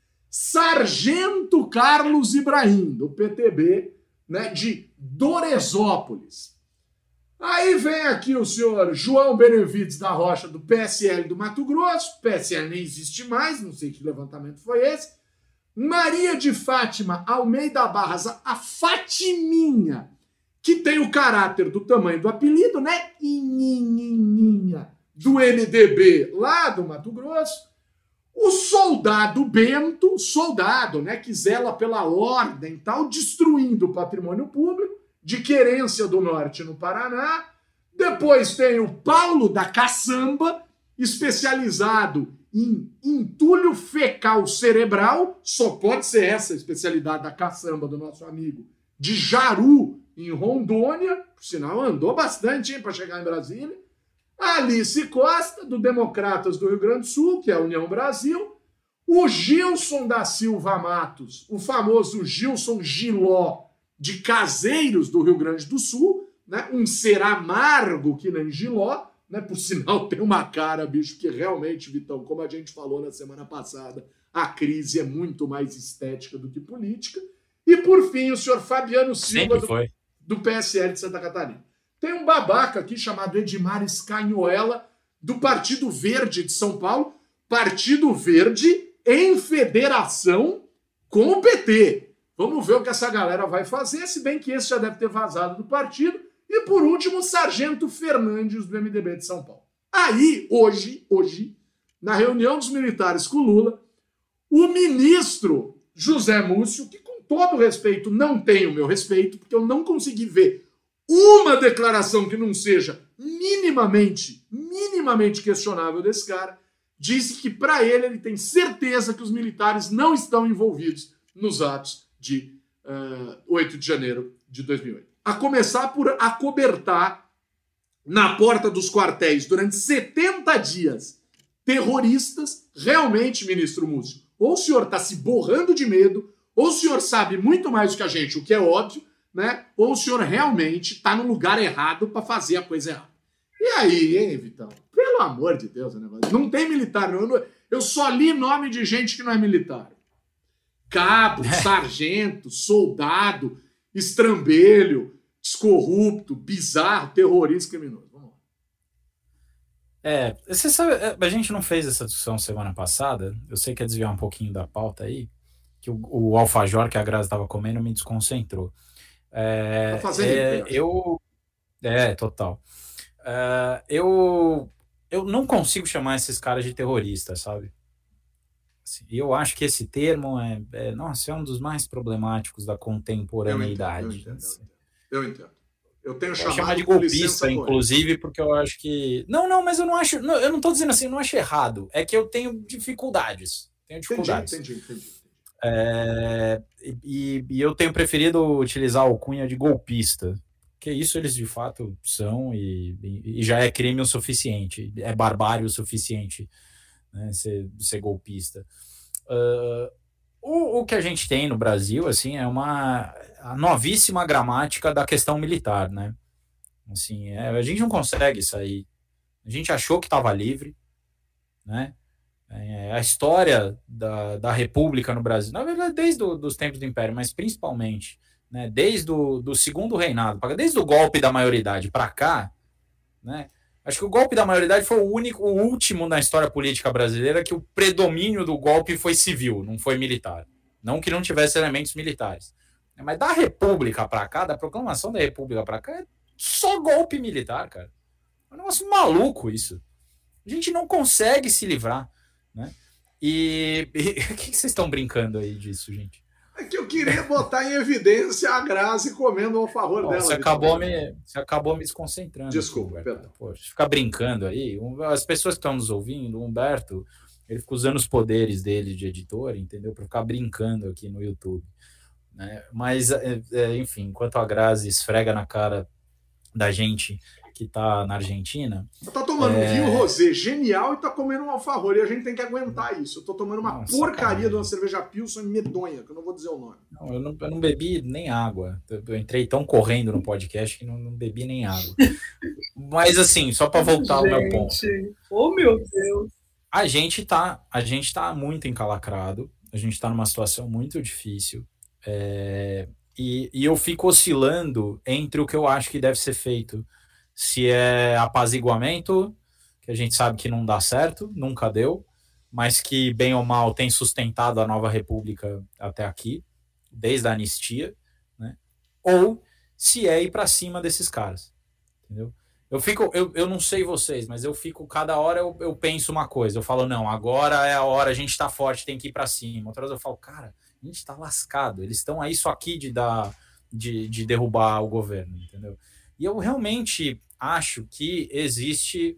Sargento Carlos Ibrahim, do PTB, né, de Doresópolis. Aí vem aqui o senhor João Benevides da Rocha, do PSL do Mato Grosso. PSL nem existe mais, não sei que levantamento foi esse. Maria de Fátima Almeida Barras, a Fatiminha, que tem o caráter do tamanho do apelido, né? Ininha, do MDB lá do Mato Grosso. O soldado Bento, soldado, né, que zela pela ordem e tal, destruindo o patrimônio público, de Querência do Norte, no Paraná. Depois tem o Paulo da Caçamba, especializado em entulho fecal cerebral, só pode ser essa a especialidade da caçamba do nosso amigo, de Jaru, em Rondônia, por sinal andou bastante para chegar em Brasília. Alice Costa, do Democratas do Rio Grande do Sul, que é a União Brasil. O Gilson da Silva Matos, o famoso Gilson Giló, de Caseiros do Rio Grande do Sul, né? Um ser amargo que nem Giló, né? Por sinal tem uma cara, bicho, que realmente, Vitão, como a gente falou na semana passada, a crise é muito mais estética do que política. E por fim, o senhor Fabiano Silva do PSL de Santa Catarina. Tem um babaca aqui chamado Edmar Scanhoela, do Partido Verde de São Paulo, Partido Verde em federação com o PT. Vamos ver o que essa galera vai fazer, se bem que esse já deve ter vazado do partido. E por último, o Sargento Fernandes, do MDB de São Paulo. Aí, hoje, na reunião dos militares com Lula, o ministro José Múcio, que com todo respeito não tem o meu respeito, porque eu não consegui ver uma declaração que não seja minimamente questionável desse cara, disse que, para ele tem certeza que os militares não estão envolvidos nos atos de 8 de janeiro de 2008. A começar por acobertar na porta dos quartéis durante 70 dias terroristas. Realmente, ministro Múcio, ou o senhor está se borrando de medo, ou o senhor sabe muito mais do que a gente, o que é óbvio, né? Ou o senhor realmente está no lugar errado para fazer a coisa errada. E aí, hein, Vitão? Pelo amor de Deus, né? Não tem militar, não. Eu só li nome de gente que não é militar. Cabo, sargento, soldado, estrambelho, descorrupto, bizarro, terrorista, criminoso. Vamos lá. Você sabe, a gente não fez essa discussão semana passada, eu sei que é desviar um pouquinho da pauta aí, que o alfajor que a Grazi estava comendo me desconcentrou. Tá fazendo total. Eu não consigo chamar esses caras de terroristas, sabe? Assim, eu acho que esse termo é um dos mais problemáticos da contemporaneidade. Eu entendo. Eu tenho chamado chamar de golpista, inclusive, porque eu acho que... Não, mas eu não acho... Não, eu não estou dizendo assim, eu não acho errado. É que eu tenho dificuldades. Entendi. E eu tenho preferido utilizar a alcunha de golpista, que isso eles de fato são, e já é crime o suficiente, é barbárie o suficiente, né, ser golpista. O que a gente tem no Brasil, assim, é a novíssima gramática da questão militar, né? Assim, a gente não consegue sair. A gente achou que estava livre, né? A história da República no Brasil, na verdade, desde os tempos do Império, mas principalmente, né, desde do segundo reinado, desde o golpe da maioridade para cá, né? Acho que o golpe da maioridade foi o último na história política brasileira que o predomínio do golpe foi civil, não foi militar. Não que não tivesse elementos militares. Mas da República para cá, da proclamação da República para cá, é só golpe militar, cara. É um negócio maluco isso. A gente não consegue se livrar, né? E o que vocês estão brincando aí disso, gente? É que eu queria botar em evidência a Grazi comendo o alfajor dela. Você acabou me desconcentrando. Desculpa, Humberto. Poxa, fica brincando aí. As pessoas que estão nos ouvindo, o Humberto, ele fica usando os poderes dele de editor, entendeu? Para ficar brincando aqui no YouTube, né? Mas, enfim, enquanto a Grazi esfrega na cara da gente que tá na Argentina... Tá tomando um vinho rosé genial e tá comendo um alfajor, e a gente tem que aguentar isso. Eu tô tomando uma porcaria de uma cerveja Pilsen medonha, que eu não vou dizer o nome. Não, eu não bebi nem água. Eu entrei tão correndo no podcast que não bebi nem água. Mas assim, só para voltar ao meu ponto. Oh, meu Deus! A gente tá muito encalacrado, a gente tá numa situação muito difícil, e eu fico oscilando entre o que eu acho que deve ser feito. Se é apaziguamento, que a gente sabe que não dá certo, nunca deu, mas que, bem ou mal, tem sustentado a nova república até aqui, desde a anistia, né? Ou se é ir para cima desses caras, entendeu? Eu não sei vocês, mas eu fico, cada hora eu penso uma coisa, eu falo, não, agora é a hora, a gente tá forte, tem que ir para cima. Outra vez eu falo, cara, a gente tá lascado, eles estão aí só aqui de derrubar o governo, entendeu? E eu realmente acho que existe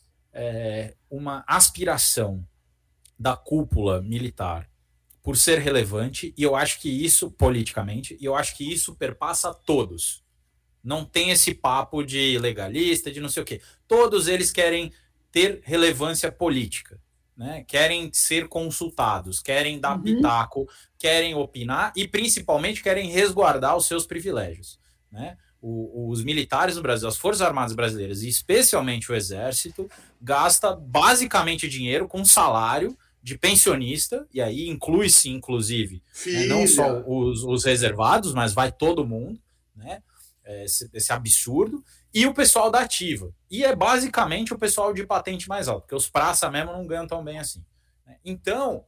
uma aspiração da cúpula militar por ser relevante, e eu acho que isso, politicamente, e eu acho que isso perpassa todos. Não tem esse papo de legalista, de não sei o quê. Todos eles querem ter relevância política, né? Querem ser consultados, querem dar pitaco, querem opinar e, principalmente, querem resguardar os seus privilégios, né? Os militares no Brasil, as Forças Armadas brasileiras, e especialmente o Exército, gasta basicamente dinheiro com salário de pensionista, e aí inclui-se, inclusive, né, não só os reservados, mas vai todo mundo, né? Esse absurdo, e o pessoal da ativa. E é basicamente o pessoal de patente mais alta, porque os praça mesmo não ganham tão bem assim. Então,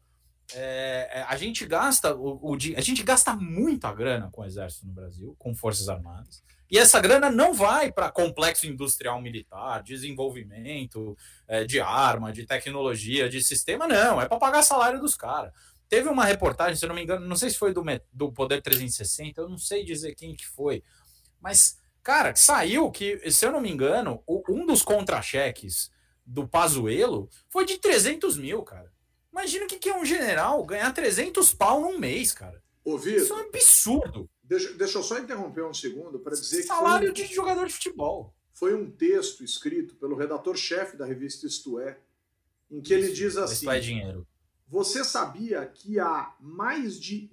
a gente gasta a gente gasta muita grana com o Exército no Brasil, com Forças Armadas, e essa grana não vai para complexo industrial militar, desenvolvimento de arma, de tecnologia, de sistema, não, é para pagar salário dos caras. Teve uma reportagem, se eu não me engano, não sei se foi do Poder 360, eu não sei dizer quem que foi, mas, cara, saiu que, se eu não me engano, um dos contra-cheques do Pazuello foi de 300 mil, cara. Imagina o que é um general ganhar 300 pau num mês, cara. Isso é um absurdo. Deixa eu só interromper um segundo para dizer que salário de jogador de futebol. Foi um texto escrito pelo redator-chefe da revista Isto É, em que ele diz assim: Isto é dinheiro. Você sabia que há mais de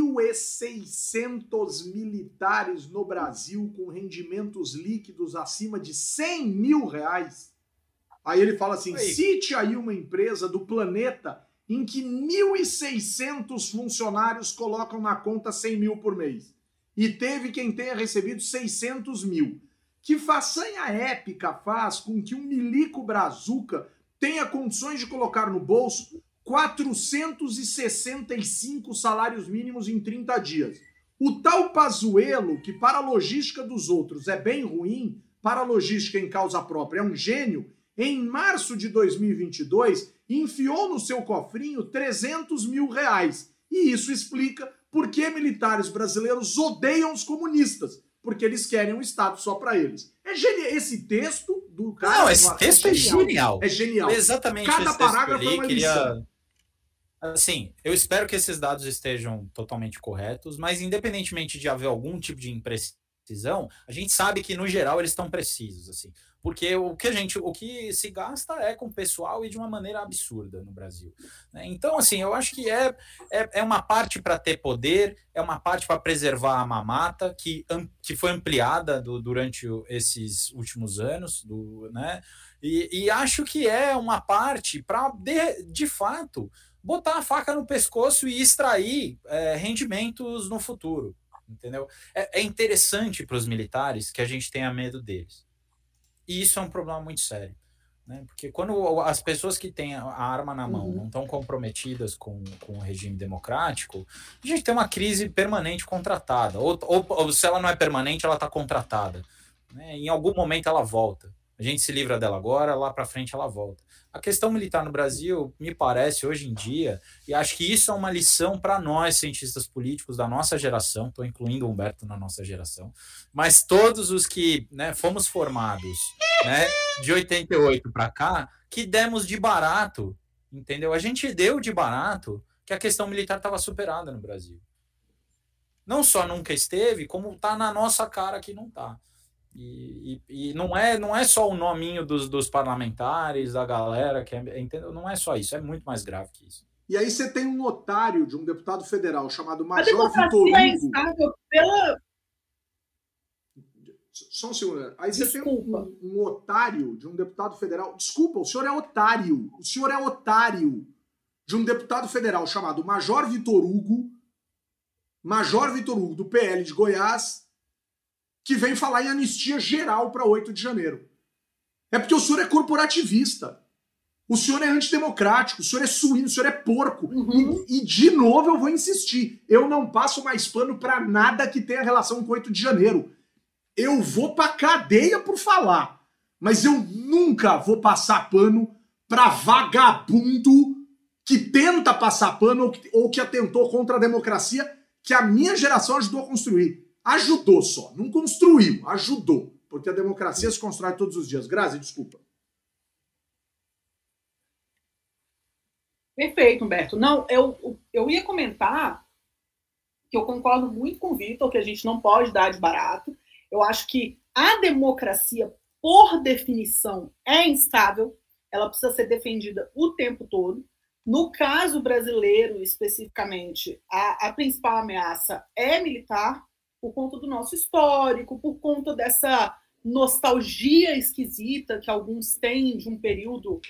1.600 militares no Brasil com rendimentos líquidos acima de 100 mil reais? Aí ele fala assim, cite aí uma empresa do planeta em que 1.600 funcionários colocam na conta 100 mil por mês. E teve quem tenha recebido 600 mil. Que façanha épica faz com que um milico brazuca tenha condições de colocar no bolso 465 salários mínimos em 30 dias. O tal Pazuello, que para a logística dos outros é bem ruim, para a logística em causa própria é um gênio, em março de 2022 enfiou no seu cofrinho 300 mil reais. E isso explica por que militares brasileiros odeiam os comunistas, porque eles querem um Estado só para eles. É genial. Esse texto do cara... Não, esse texto é genial. É genial. Exatamente. Cada parágrafo é uma lição. Assim, eu espero que esses dados estejam totalmente corretos, mas independentemente de haver algum tipo de imprecisão, a gente sabe que, no geral, eles estão precisos, assim. Porque o que se gasta é com o pessoal e de uma maneira absurda no Brasil. Né? Então, assim, eu acho que é uma parte para ter poder, é uma parte para preservar a mamata, que foi ampliada durante esses últimos anos, né? E acho que é uma parte para, de fato, botar a faca no pescoço e extrair rendimentos no futuro. Entendeu? É interessante para os militares que a gente tenha medo deles. E isso é um problema muito sério, né? Porque quando as pessoas que têm a arma na mão não estão comprometidas com o regime democrático, a gente tem uma crise permanente contratada. Ou se ela não é permanente, ela está contratada. Né? Em algum momento ela volta. A gente se livra dela agora, lá para frente ela volta. A questão militar no Brasil, me parece, hoje em dia, e acho que isso é uma lição para nós, cientistas políticos da nossa geração, estou incluindo o Humberto na nossa geração, mas todos os que, né, fomos formados, né, de 88 para cá, que demos de barato, entendeu? A gente deu de barato que a questão militar estava superada no Brasil. Não só nunca esteve, como está na nossa cara que não está. E não é só o nominho dos parlamentares, da galera, entendeu? Não é só isso, é muito mais grave que isso. E aí você tem um otário de um deputado federal chamado Major Vitor Hugo. Só um segundo. Aí você tem um otário de um deputado federal. Desculpa, o senhor é otário. O senhor é otário de um deputado federal chamado Major Vitor Hugo, do PL de Goiás, que vem falar em anistia geral para 8 de janeiro. É porque o senhor é corporativista. O senhor é antidemocrático, o senhor é suíno, o senhor é porco. E de novo eu vou insistir. Eu não passo mais pano para nada que tenha relação com 8 de janeiro. Eu vou pra cadeia por falar. Mas eu nunca vou passar pano para vagabundo que tenta passar pano ou que atentou contra a democracia que a minha geração ajudou a construir. Ajudou só, não construiu, ajudou. Porque a democracia se constrói todos os dias. Grazi, desculpa. Perfeito, Humberto. Não, eu ia comentar que eu concordo muito com o Vitor, que a gente não pode dar de barato. Eu acho que a democracia, por definição, é instável. Ela precisa ser defendida o tempo todo. No caso brasileiro, especificamente, a principal ameaça é militar, por conta do nosso histórico, por conta dessa nostalgia esquisita que alguns têm de um período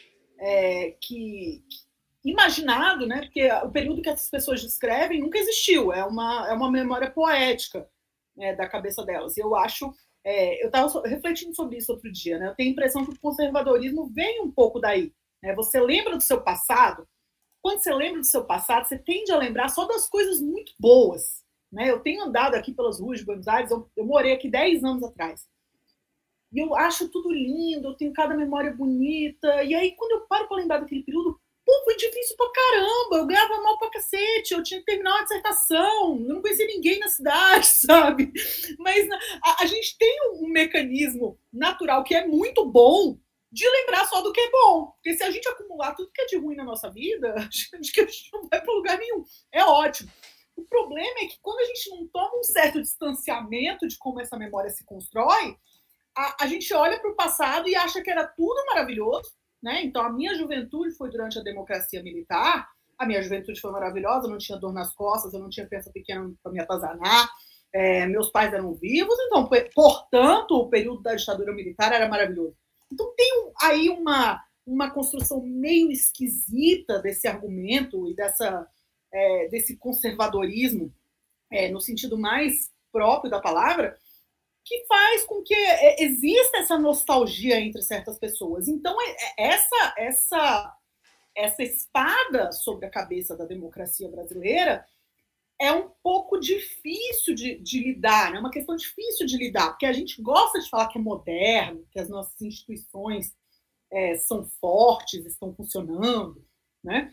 imaginado, né? Porque o período que essas pessoas descrevem nunca existiu, é uma memória poética, né, da cabeça delas. Eu acho, eu estava refletindo sobre isso outro dia, né? Eu tenho a impressão que o conservadorismo vem um pouco daí. Né? Você lembra do seu passado? Quando você lembra do seu passado, você tende a lembrar só das coisas muito boas. Né? Eu tenho andado aqui pelas ruas de Buenos Aires, eu morei aqui 10 anos atrás. E eu acho tudo lindo, eu tenho cada memória bonita. E aí, quando eu paro para lembrar daquele período, foi difícil pra caramba, eu ganhava mal pra cacete, eu tinha que terminar uma dissertação, eu não conhecia ninguém na cidade, sabe? Mas a gente tem um mecanismo natural que é muito bom de lembrar só do que é bom. Porque se a gente acumular tudo que é de ruim na nossa vida, acho que a gente não vai para lugar nenhum. É ótimo. O problema é que quando a gente não toma um certo distanciamento de como essa memória se constrói, a gente olha para o passado e acha que era tudo maravilhoso, né? Então, a minha juventude foi durante a democracia militar, a minha juventude foi maravilhosa, eu não tinha dor nas costas, eu não tinha criança pequena para me atazanar, meus pais eram vivos, então, portanto, o período da ditadura militar era maravilhoso. Então, tem aí uma construção meio esquisita desse argumento e desse conservadorismo, no sentido mais próprio da palavra, que faz com que exista essa nostalgia entre certas pessoas. Então, essa espada sobre a cabeça da democracia brasileira é um pouco difícil de lidar, é uma questão difícil de lidar, porque a gente gosta de falar que é moderno, que as nossas instituições são fortes, estão funcionando, né?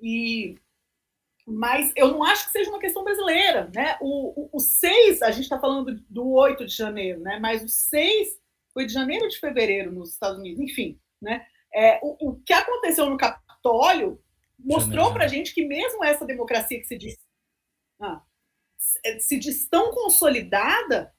Mas eu não acho que seja uma questão brasileira, né? O 6, a gente está falando do 8 de janeiro, né? Mas o 6 foi de janeiro ou de fevereiro nos Estados Unidos, enfim, né? O que aconteceu no Capitólio mostrou para a gente que mesmo essa democracia que se diz tão consolidada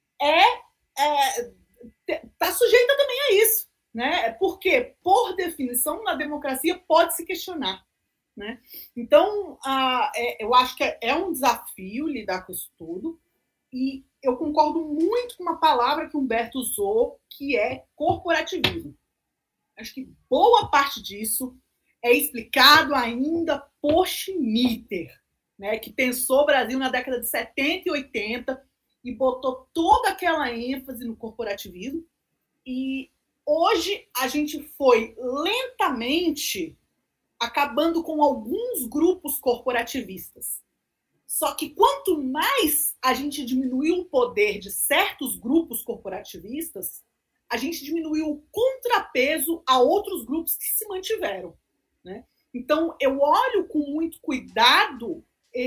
está sujeita também a isso, né? Porque, por definição, na democracia pode se questionar. Né? Então, eu acho que é um desafio lidar com isso tudo, e eu concordo muito com uma palavra que o Humberto usou, que é corporativismo. Acho que boa parte disso é explicado ainda por Schmitter, né, que pensou o Brasil na década de 70 e 80 e botou toda aquela ênfase no corporativismo, e hoje a gente foi lentamente acabando com alguns grupos corporativistas. Só que quanto mais a gente diminuiu o poder de certos grupos corporativistas, a gente diminuiu o contrapeso a outros grupos que se mantiveram, né? Então, eu olho com muito cuidado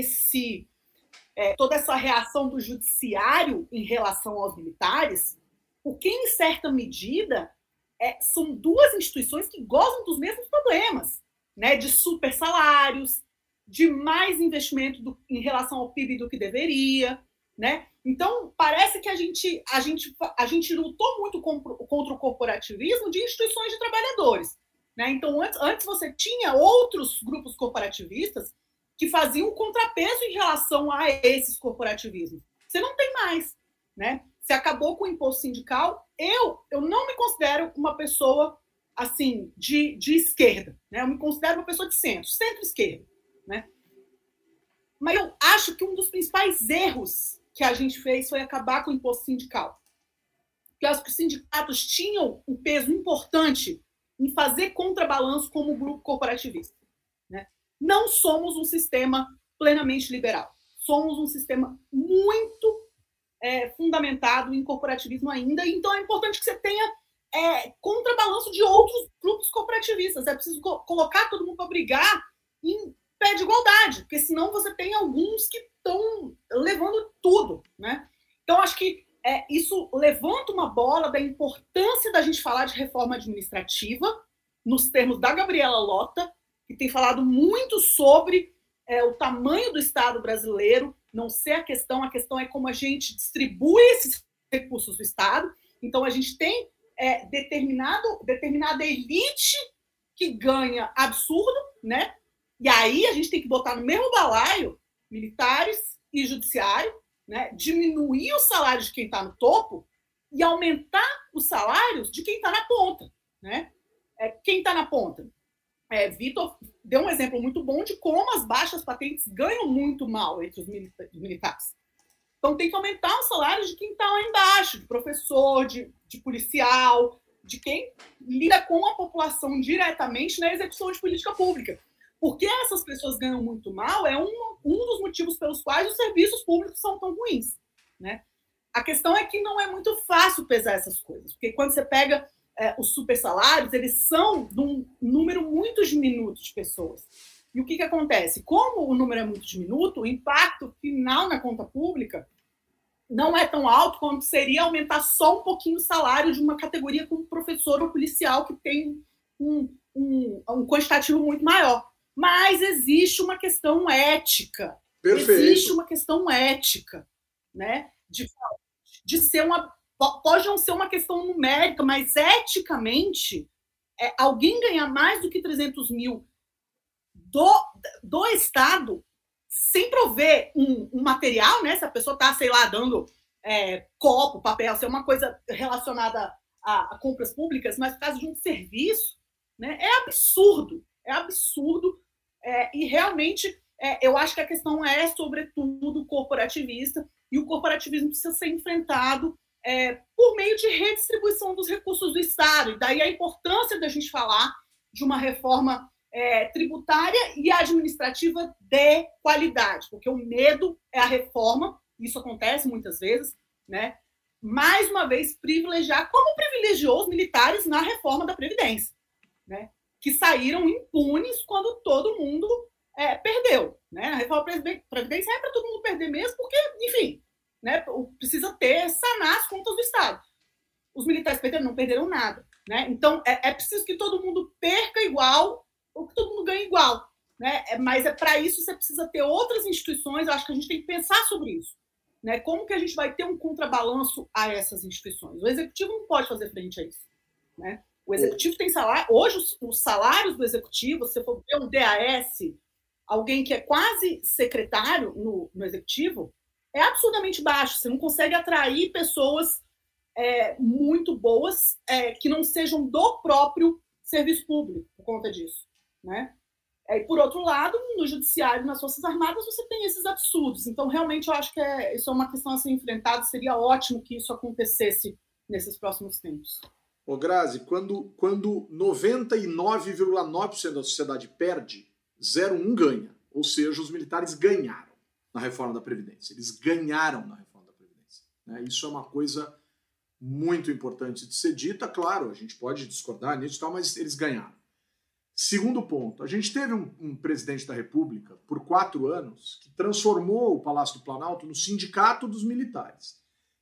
toda essa reação do judiciário em relação aos militares, porque, em certa medida, são duas instituições que gozam dos mesmos problemas, né, de super salários, de mais investimento em relação ao PIB do que deveria, né? Então, parece que a gente lutou muito contra o corporativismo de instituições de trabalhadores, né? Então, antes você tinha outros grupos corporativistas que faziam contrapeso em relação a esses corporativismos. Você não tem mais, né? Você acabou com o imposto sindical. Eu não me considero uma pessoa assim, de esquerda, né? Eu me considero uma pessoa de centro-esquerda, né? Mas eu acho que um dos principais erros que a gente fez foi acabar com o imposto sindical. Porque eu acho que os sindicatos tinham um peso importante em fazer contrabalanço como grupo corporativista, né? Não somos um sistema plenamente liberal. Somos um sistema muito fundamentado em corporativismo ainda. Então, é importante que você tenha contrabalanço de outros grupos corporativistas. É preciso colocar todo mundo para brigar em pé de igualdade, porque senão você tem alguns que estão levando tudo, né? Então, acho que isso levanta uma bola da importância da gente falar de reforma administrativa, nos termos da Gabriela Lota, que tem falado muito sobre o tamanho do Estado brasileiro, não ser a questão é como a gente distribui esses recursos do Estado. Então, a gente tem determinada elite que ganha absurdo, né? E aí a gente tem que botar no mesmo balaio militares e judiciário, né? Diminuir os salários de quem está no topo e aumentar os salários de quem está na ponta, né? Quem está na ponta? Vitor deu um exemplo muito bom de como as baixas patentes ganham muito mal entre os militares. Então, tem que aumentar os salários de quem está lá embaixo, de professor, de policial, de quem lida com a população diretamente na execução de política pública. Porque essas pessoas ganham muito mal é um dos motivos pelos quais os serviços públicos são tão ruins, né? A questão é que não é muito fácil pesar essas coisas, porque quando você pega os super salários, eles são de um número muito diminuto de pessoas. E o que acontece? Como o número é muito diminuto, o impacto final na conta pública não é tão alto quanto seria aumentar só um pouquinho o salário de uma categoria como professor ou policial, que tem um quantitativo muito maior. Mas existe uma questão ética. Perfeito. Existe uma questão ética, né? De ser uma... Pode não ser uma questão numérica, mas eticamente, alguém ganhar mais do que 300 mil do Estado, sem prover um material, né? Se a pessoa está, sei lá, dando copo, papel, se é uma coisa relacionada a compras públicas, mas por causa de um serviço, né? É absurdo. E realmente eu acho que a questão é, sobretudo, corporativista, e o corporativismo precisa ser enfrentado por meio de redistribuição dos recursos do Estado. E daí a importância da gente falar de uma reforma tributária e administrativa de qualidade, porque o medo é a reforma, isso acontece muitas vezes, né? Mais uma vez, privilegiar, como privilegiou os militares na reforma da Previdência, né? Que saíram impunes quando todo mundo perdeu, né? A reforma da Previdência é para todo mundo perder mesmo, porque, enfim, né? Precisa sanar as contas do Estado. Os militares perderam, não perderam nada, né? Então, é preciso que todo mundo perca igual ou que todo mundo ganhe igual, né? Mas para isso você precisa ter outras instituições. Eu acho que a gente tem que pensar sobre isso, né? Como que a gente vai ter um contrabalanço a essas instituições? O executivo não pode fazer frente a isso, né? O executivo tem salário. Hoje, os salários do executivo, se você for ver um DAS, alguém que é quase secretário no executivo, é absurdamente baixo. Você não consegue atrair pessoas muito boas que não sejam do próprio serviço público por conta disso, né? E, por outro lado, no judiciário, nas Forças Armadas, você tem esses absurdos. Então, realmente, eu acho que isso é uma questão a ser enfrentada. Seria ótimo que isso acontecesse nesses próximos tempos. Ô Grazi, quando 99,9% da sociedade perde, 0,1 ganha. Ou seja, os militares ganharam na reforma da Previdência. Eles ganharam na reforma da Previdência, né? Isso é uma coisa muito importante de ser dita. Claro, a gente pode discordar nisso e tal, mas eles ganharam. Segundo ponto, a gente teve um presidente da República por 4 anos que transformou o Palácio do Planalto no sindicato dos militares.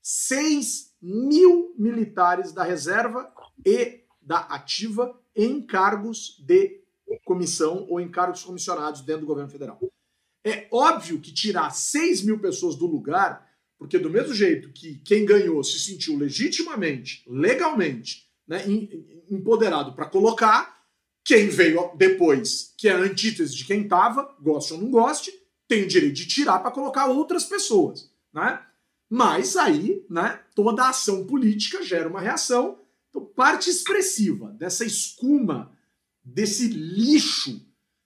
6 mil militares da reserva e da ativa em cargos de comissão ou em cargos comissionados dentro do governo federal. É óbvio que tirar 6 mil pessoas do lugar, porque do mesmo jeito que quem ganhou se sentiu legitimamente, legalmente, né, empoderado para colocar, quem veio depois, que é a antítese de quem estava, goste ou não goste, tem o direito de tirar para colocar outras pessoas, né? Mas aí, né, toda a ação política gera uma reação. Então, parte expressiva dessa escuma, desse lixo,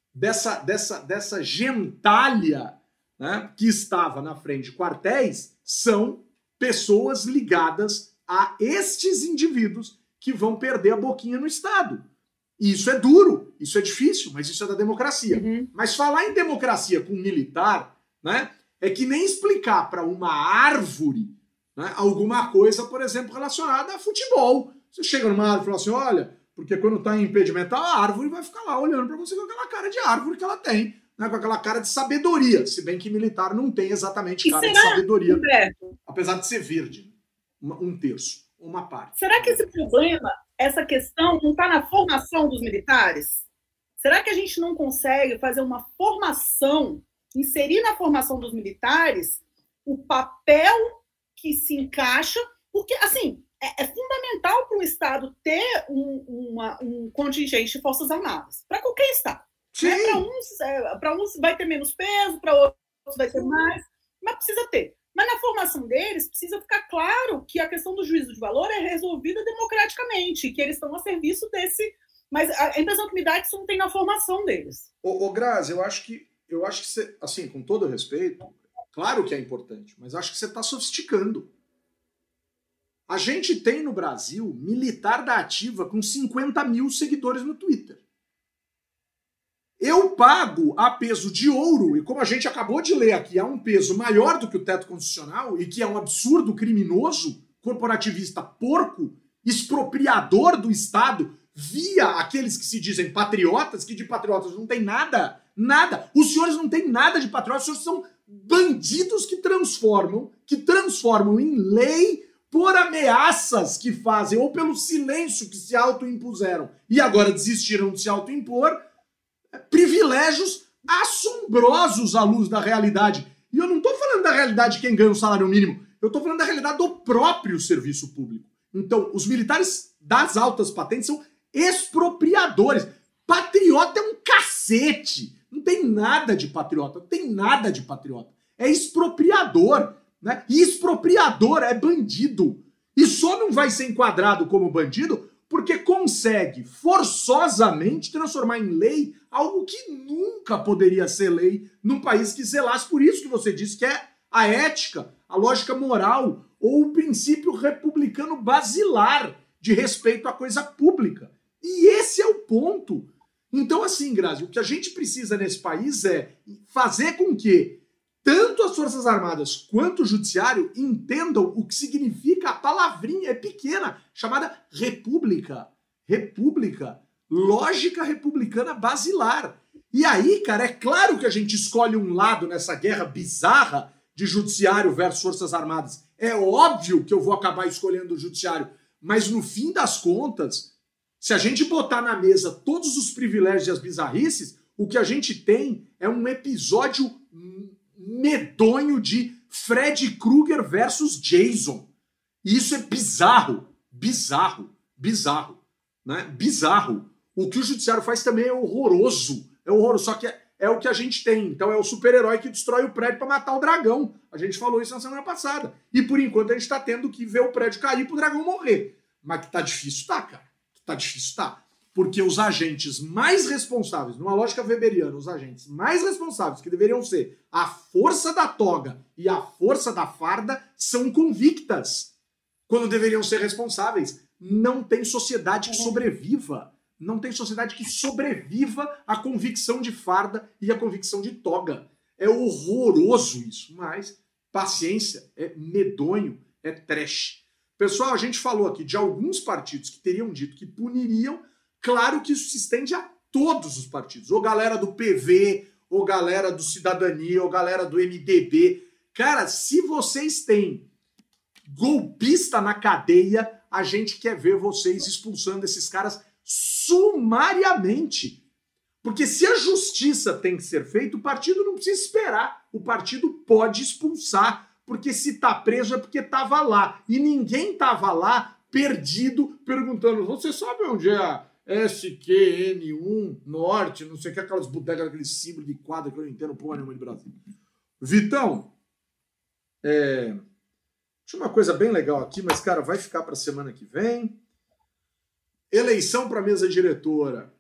dessa gentalha, né, que estava na frente de quartéis, são pessoas ligadas a estes indivíduos que vão perder a boquinha no Estado. E isso é duro, isso é difícil, mas isso é da democracia. Uhum. Mas falar em democracia com um militar, né, é que nem explicar para uma árvore, né, alguma coisa, por exemplo, relacionada a futebol. Você chega numa árvore e fala assim, olha, porque quando está em impedimental, a árvore vai ficar lá olhando para você com aquela cara de árvore que ela tem, né, com aquela cara de sabedoria, se bem que militar não tem exatamente cara de sabedoria, Humberto, apesar de ser verde, um terço, uma parte. será que esse problema, essa questão, não está na formação dos militares? Será que a gente não consegue fazer uma formação, inserir na formação dos militares o papel que se encaixa? Porque, assim, é fundamental para o Estado ter um contingente de Forças Armadas, para qualquer Estado. Né? Para uns vai ter menos peso, para outros vai ter mais, mas precisa ter. Mas na formação deles, precisa ficar claro que a questão do juízo de valor é resolvida democraticamente, que eles estão a serviço desse... Mas a impressão que me dá é que isso não tem na formação deles. Ô Grazi, eu acho que você, assim, com todo respeito, claro que é importante, mas acho que você está sofisticando. A gente tem no Brasil militar da ativa com 50 mil seguidores no Twitter. Eu pago a peso de ouro, e como a gente acabou de ler aqui, há um peso maior do que o teto constitucional, e que é um absurdo criminoso, corporativista, porco, expropriador do Estado, via aqueles que se dizem patriotas, que de patriotas não tem nada, nada. Os senhores não têm nada de patriotas, os senhores são bandidos que transformam em lei por ameaças que fazem, ou pelo silêncio que se autoimpuseram e agora desistiram de se autoimpor, privilégios assombrosos à luz da realidade. E eu não estou falando da realidade de quem ganha o salário mínimo, eu estou falando da realidade do próprio serviço público. Então, os militares das altas patentes são expropriadores. Patriota é um cacete. Não tem nada de patriota, É expropriador, né? E expropriador é bandido. E só não vai ser enquadrado como bandido porque consegue forçosamente transformar em lei algo que nunca poderia ser lei num país que zelasse por isso que você disse, que é a ética, a lógica moral ou o princípio republicano basilar de respeito à coisa pública. E esse é o ponto. Então, assim, Grazi, o que a gente precisa nesse país é fazer com que tanto as Forças Armadas quanto o Judiciário entendam o que significa a palavrinha, é pequena, chamada república. República. Lógica republicana basilar. E aí, cara, é claro que a gente escolhe um lado nessa guerra bizarra de Judiciário versus Forças Armadas. É óbvio que eu vou acabar escolhendo o Judiciário, mas no fim das contas, se a gente botar na mesa todos os privilégios e as bizarrices, o que a gente tem é um episódio medonho de Fred Krueger versus Jason. E isso é bizarro. Né? Bizarro. O que o Judiciário faz também é horroroso. Só que é o que a gente tem. Então é o super-herói que destrói o prédio para matar o dragão. A gente falou isso na semana passada. E por enquanto a gente está tendo que ver o prédio cair para o dragão morrer. Mas que tá difícil, tá, cara. Porque os agentes mais responsáveis, numa lógica weberiana, os agentes mais responsáveis, que deveriam ser a força da toga e a força da farda, são convictas, quando deveriam ser responsáveis. Não tem sociedade que sobreviva. Não tem sociedade que sobreviva à convicção de farda e à convicção de toga. É horroroso isso, mas paciência, é medonho, é trash. Pessoal, a gente falou aqui de alguns partidos que teriam dito que puniriam. Claro que isso se estende a todos os partidos. Ou galera do PV, ou galera do Cidadania, ou galera do MDB. Cara, se vocês têm golpista na cadeia, a gente quer ver vocês expulsando esses caras sumariamente. Porque se a justiça tem que ser feita, o partido não precisa esperar. O partido pode expulsar. Porque se tá preso é porque tava lá. E ninguém tava lá perdido perguntando: você sabe onde é a SQN1 Norte, não sei o que, aquelas bodegas, aquele símbolo de quadra que eu não entendo porra nenhuma de Brasil. Vitão, tinha uma coisa bem legal aqui, mas, cara, vai ficar para semana que vem. Eleição para mesa diretora.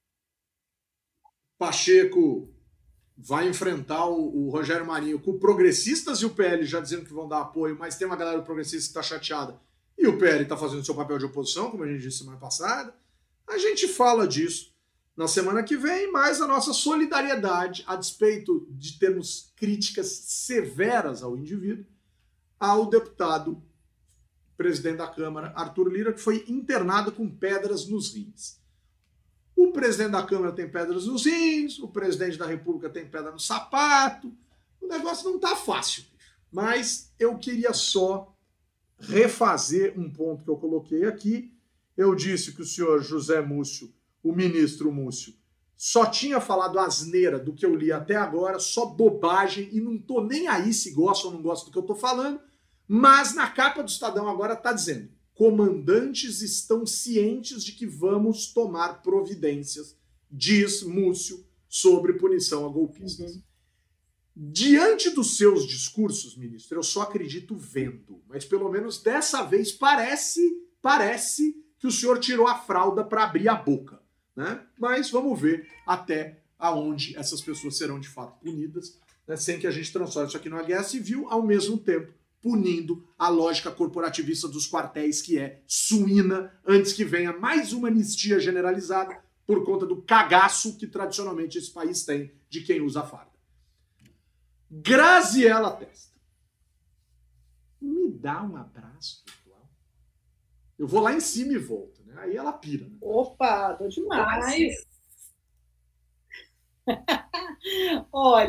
Pacheco vai enfrentar o Rogério Marinho com progressistas e o PL já dizendo que vão dar apoio, mas tem uma galera progressista que está chateada e o PL está fazendo seu papel de oposição, como a gente disse semana passada. A gente fala disso na semana que vem, mas a nossa solidariedade, a despeito de termos críticas severas ao indivíduo, ao deputado presidente da Câmara, Arthur Lira, que foi internado com pedras nos rins. O presidente da Câmara tem pedras nos rins, o presidente da República tem pedra no sapato. O negócio não tá fácil. Mas eu queria só refazer um ponto que eu coloquei aqui. Eu disse que o senhor José Múcio, o ministro Múcio, só tinha falado asneira do que eu li até agora, só bobagem, e não tô nem aí se gosta ou não gosta do que eu tô falando, mas na capa do Estadão agora tá dizendo: comandantes estão cientes de que vamos tomar providências, diz Múcio, sobre punição a golpistas. Diante dos seus discursos, ministro, eu só acredito vendo, mas pelo menos dessa vez parece que o senhor tirou a fralda para abrir a boca, né? Mas vamos ver até aonde essas pessoas serão de fato punidas, né? Sem que a gente transforme isso aqui numa guerra civil, ao mesmo tempo punindo a lógica corporativista dos quartéis, que é suína, antes que venha mais uma anistia generalizada por conta do cagaço que tradicionalmente esse país tem de quem usa farda. Graziela Testa, me dá um abraço virtual. Eu vou lá em cima e volto, né? Aí ela pira. Né? Opa, tô demais. Olha,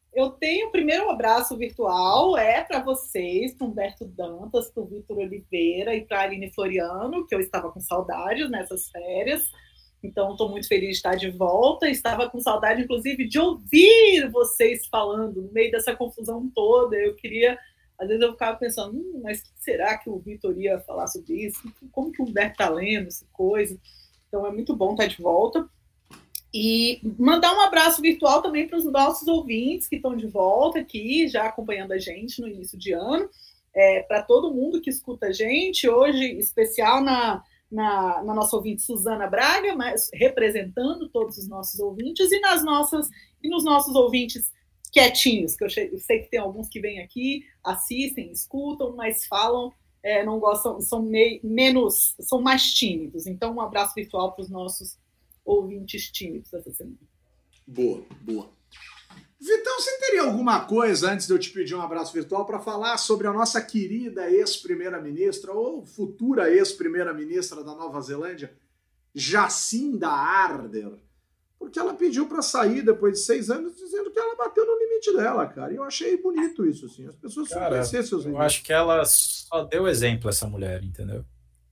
Eu tenho o primeiro abraço virtual, para vocês, para Humberto Dantas, para o Vitor Oliveira e para a Aline Floriano, que eu estava com saudades nessas férias. Então, estou muito feliz de estar de volta. Estava com saudade, inclusive, de ouvir vocês falando no meio dessa confusão toda. Eu queria... Às vezes eu ficava pensando, mas o que será que o Vitor ia falar sobre isso? Como que o Humberto está lendo essa coisa? Então, é muito bom estar de volta. E mandar um abraço virtual também para os nossos ouvintes que estão de volta aqui, já acompanhando a gente no início de ano. Para todo mundo que escuta a gente, hoje, especial na nossa ouvinte Suzana Braga, mas representando todos os nossos ouvintes, e nos nossos ouvintes quietinhos, que eu sei que tem alguns que vêm aqui, assistem, escutam, mas falam, não gostam, são mais tímidos. Então, um abraço virtual para os nossos ouvintes tímidos essa semana. Boa. Vitão, você teria alguma coisa, antes de eu te pedir um abraço virtual, para falar sobre a nossa querida ex-primeira-ministra, ou futura ex-primeira-ministra da Nova Zelândia, Jacinda Ardern? Porque ela pediu para sair depois de 6 anos, dizendo que ela bateu no limite dela, cara. E eu achei bonito isso, assim. As pessoas precisam conhecer seus limites. Eu acho que ela só deu exemplo, essa mulher, entendeu?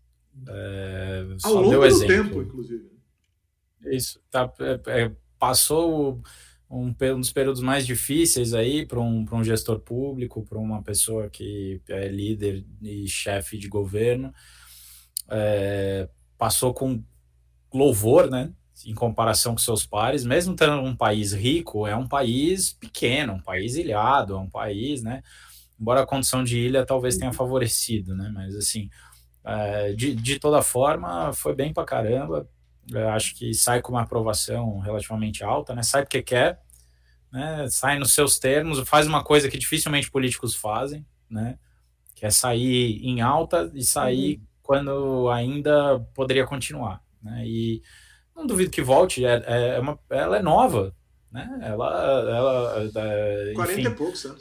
Ao longo do tempo, inclusive. Isso. Passou um dos períodos mais difíceis aí para um gestor público, para uma pessoa que é líder e chefe de governo. Passou com louvor, né? Em comparação com seus pares, mesmo tendo um país rico, é um país pequeno, um país ilhado, é um país, né? Embora a condição de ilha talvez tenha favorecido, né? Mas assim, de toda forma, foi bem pra caramba. Eu acho que sai com uma aprovação relativamente alta, né? Sai porque quer, né? Sai nos seus termos, faz uma coisa que dificilmente políticos fazem, né? Que é sair em alta e sair quando ainda poderia continuar, né? E não duvido que volte, ela é nova, né? Ela 40 e poucos anos.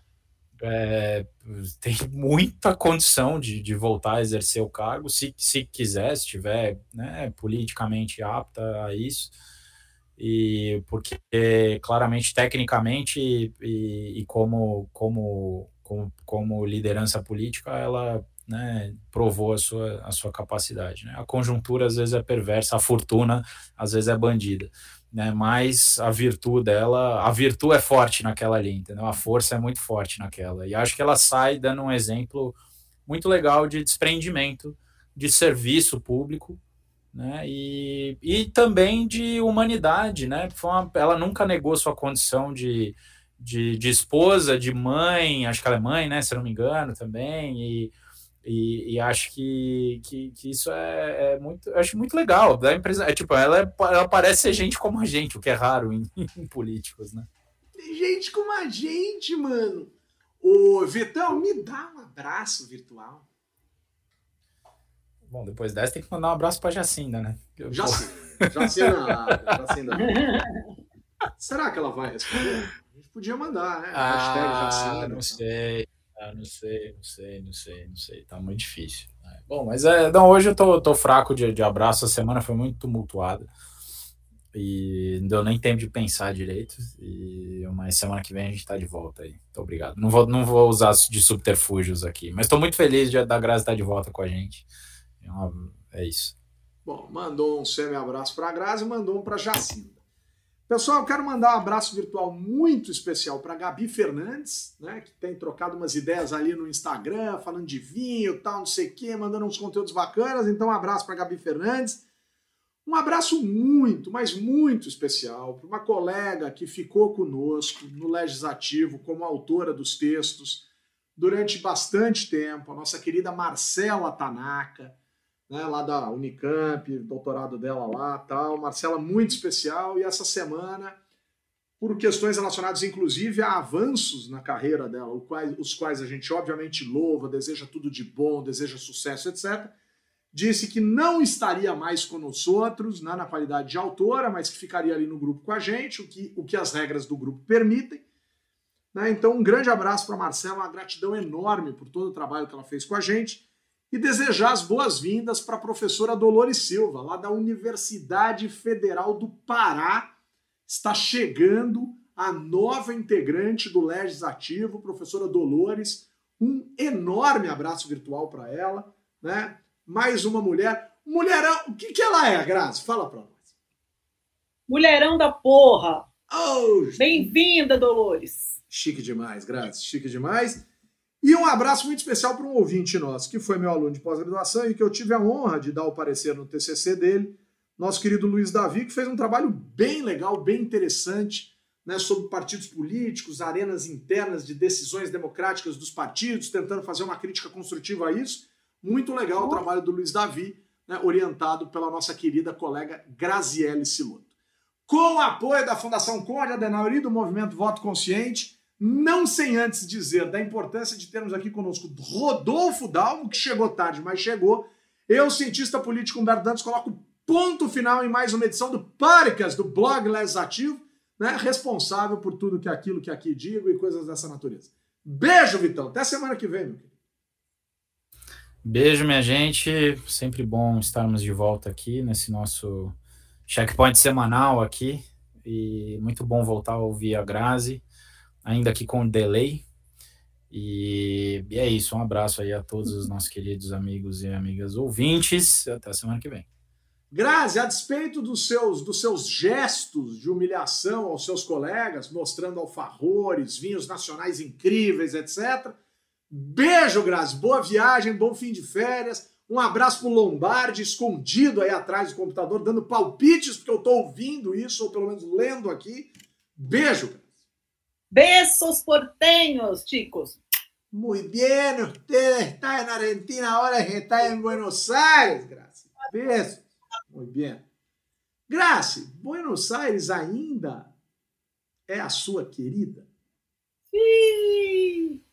Tem muita condição de voltar a exercer o cargo, se quiser, se estiver, né, politicamente apta a isso, e porque claramente, tecnicamente e como liderança política, ela, né, provou a sua capacidade, né? A conjuntura às vezes é perversa, a fortuna às vezes é bandida, né? Mas a virtude é forte naquela ali, entendeu? A força é muito forte naquela, e acho que ela sai dando um exemplo muito legal de desprendimento, de serviço público, né? E também de humanidade, né? Ela nunca negou sua condição de esposa, de mãe, acho que ela é mãe, né? Se eu não me engano também, e acho que isso é muito, acho muito legal. Da empresa, ela parece ser gente como a gente, o que é raro em políticos, né? Gente como a gente, mano. Ô, Vitão, me dá um abraço virtual. Bom, depois dessa tem que mandar um abraço pra Jacinda, né? Jacinda. Será que ela vai responder? A gente podia mandar, né? Hashtag Jacinda. Não sei. Tá muito difícil. Bom, mas hoje eu tô fraco de abraço. A semana foi muito tumultuada e não deu nem tempo de pensar direito. Mas semana que vem a gente tá de volta aí. Muito obrigado. Não vou usar de subterfúgios aqui, mas tô muito feliz da Grazi estar de volta com a gente. É isso. Bom, mandou um semi-abraço para a Grazi e mandou um para Jacinda. Pessoal, eu quero mandar um abraço virtual muito especial para Gabi Fernandes, né, que tem trocado umas ideias ali no Instagram, falando de vinho, tal, não sei o quê, mandando uns conteúdos bacanas. Então, um abraço para Gabi Fernandes. Um abraço muito, mas muito especial para uma colega que ficou conosco no Legislativo como autora dos textos durante bastante tempo, a nossa querida Marcela Tanaka, né, lá da Unicamp, doutorado dela lá, tal. Marcela muito especial, e essa semana, por questões relacionadas inclusive a avanços na carreira dela, os quais a gente obviamente louva, deseja tudo de bom, deseja sucesso, etc., disse que não estaria mais conosco, né, na qualidade de autora, mas que ficaria ali no grupo com a gente, o que as regras do grupo permitem. Né? Então, um grande abraço para a Marcela, uma gratidão enorme por todo o trabalho que ela fez com a gente, e desejar as boas-vindas para a professora Dolores Silva, lá da Universidade Federal do Pará. Está chegando a nova integrante do Legislativo, professora Dolores. Um enorme abraço virtual para ela, né? Mais uma mulher. Mulherão, o que ela é, Grazi? Fala para nós. Mulherão da porra. Oh, bem-vinda, Dolores. Chique demais, Grazi, chique demais. E um abraço muito especial para um ouvinte nosso, que foi meu aluno de pós-graduação e que eu tive a honra de dar o parecer no TCC dele, nosso querido Luiz Davi, que fez um trabalho bem legal, bem interessante, né, sobre partidos políticos, arenas internas de decisões democráticas dos partidos, tentando fazer uma crítica construtiva a isso. Muito legal o trabalho do Luiz Davi, né, orientado pela nossa querida colega Graziele Siloto. Com o apoio da Fundação Conde Adenauer e do Movimento Voto Consciente, não sem antes dizer da importância de termos aqui conosco Rodolfo Dalmo, que chegou tarde, mas chegou. Eu, cientista político Humberto Dantas, coloco ponto final em mais uma edição do Páricas, do blog Legislativo, né, responsável por tudo que aquilo que aqui digo e coisas dessa natureza. Beijo, Vitão. Até semana que vem, meu querido. Beijo, minha gente. Sempre bom estarmos de volta aqui nesse nosso checkpoint semanal aqui. E muito bom voltar a ouvir a Grazi, ainda aqui com delay. E é isso. Um abraço aí a todos os nossos queridos amigos e amigas ouvintes. Até a semana que vem. Grazi, a despeito dos seus gestos de humilhação aos seus colegas, mostrando alfajores, vinhos nacionais incríveis, etc. Beijo, Grazi. Boa viagem, bom fim de férias. Um abraço pro Lombardi, escondido aí atrás do computador, dando palpites, porque eu tô ouvindo isso, ou pelo menos lendo aqui. Beijo, Grazi. Besos porteños, chicos. Muy bien, usted está en Argentina ahora que está en Buenos Aires, Grazi. Besos. Muito bem. Grazi, Buenos Aires ainda é a sua querida? Sim.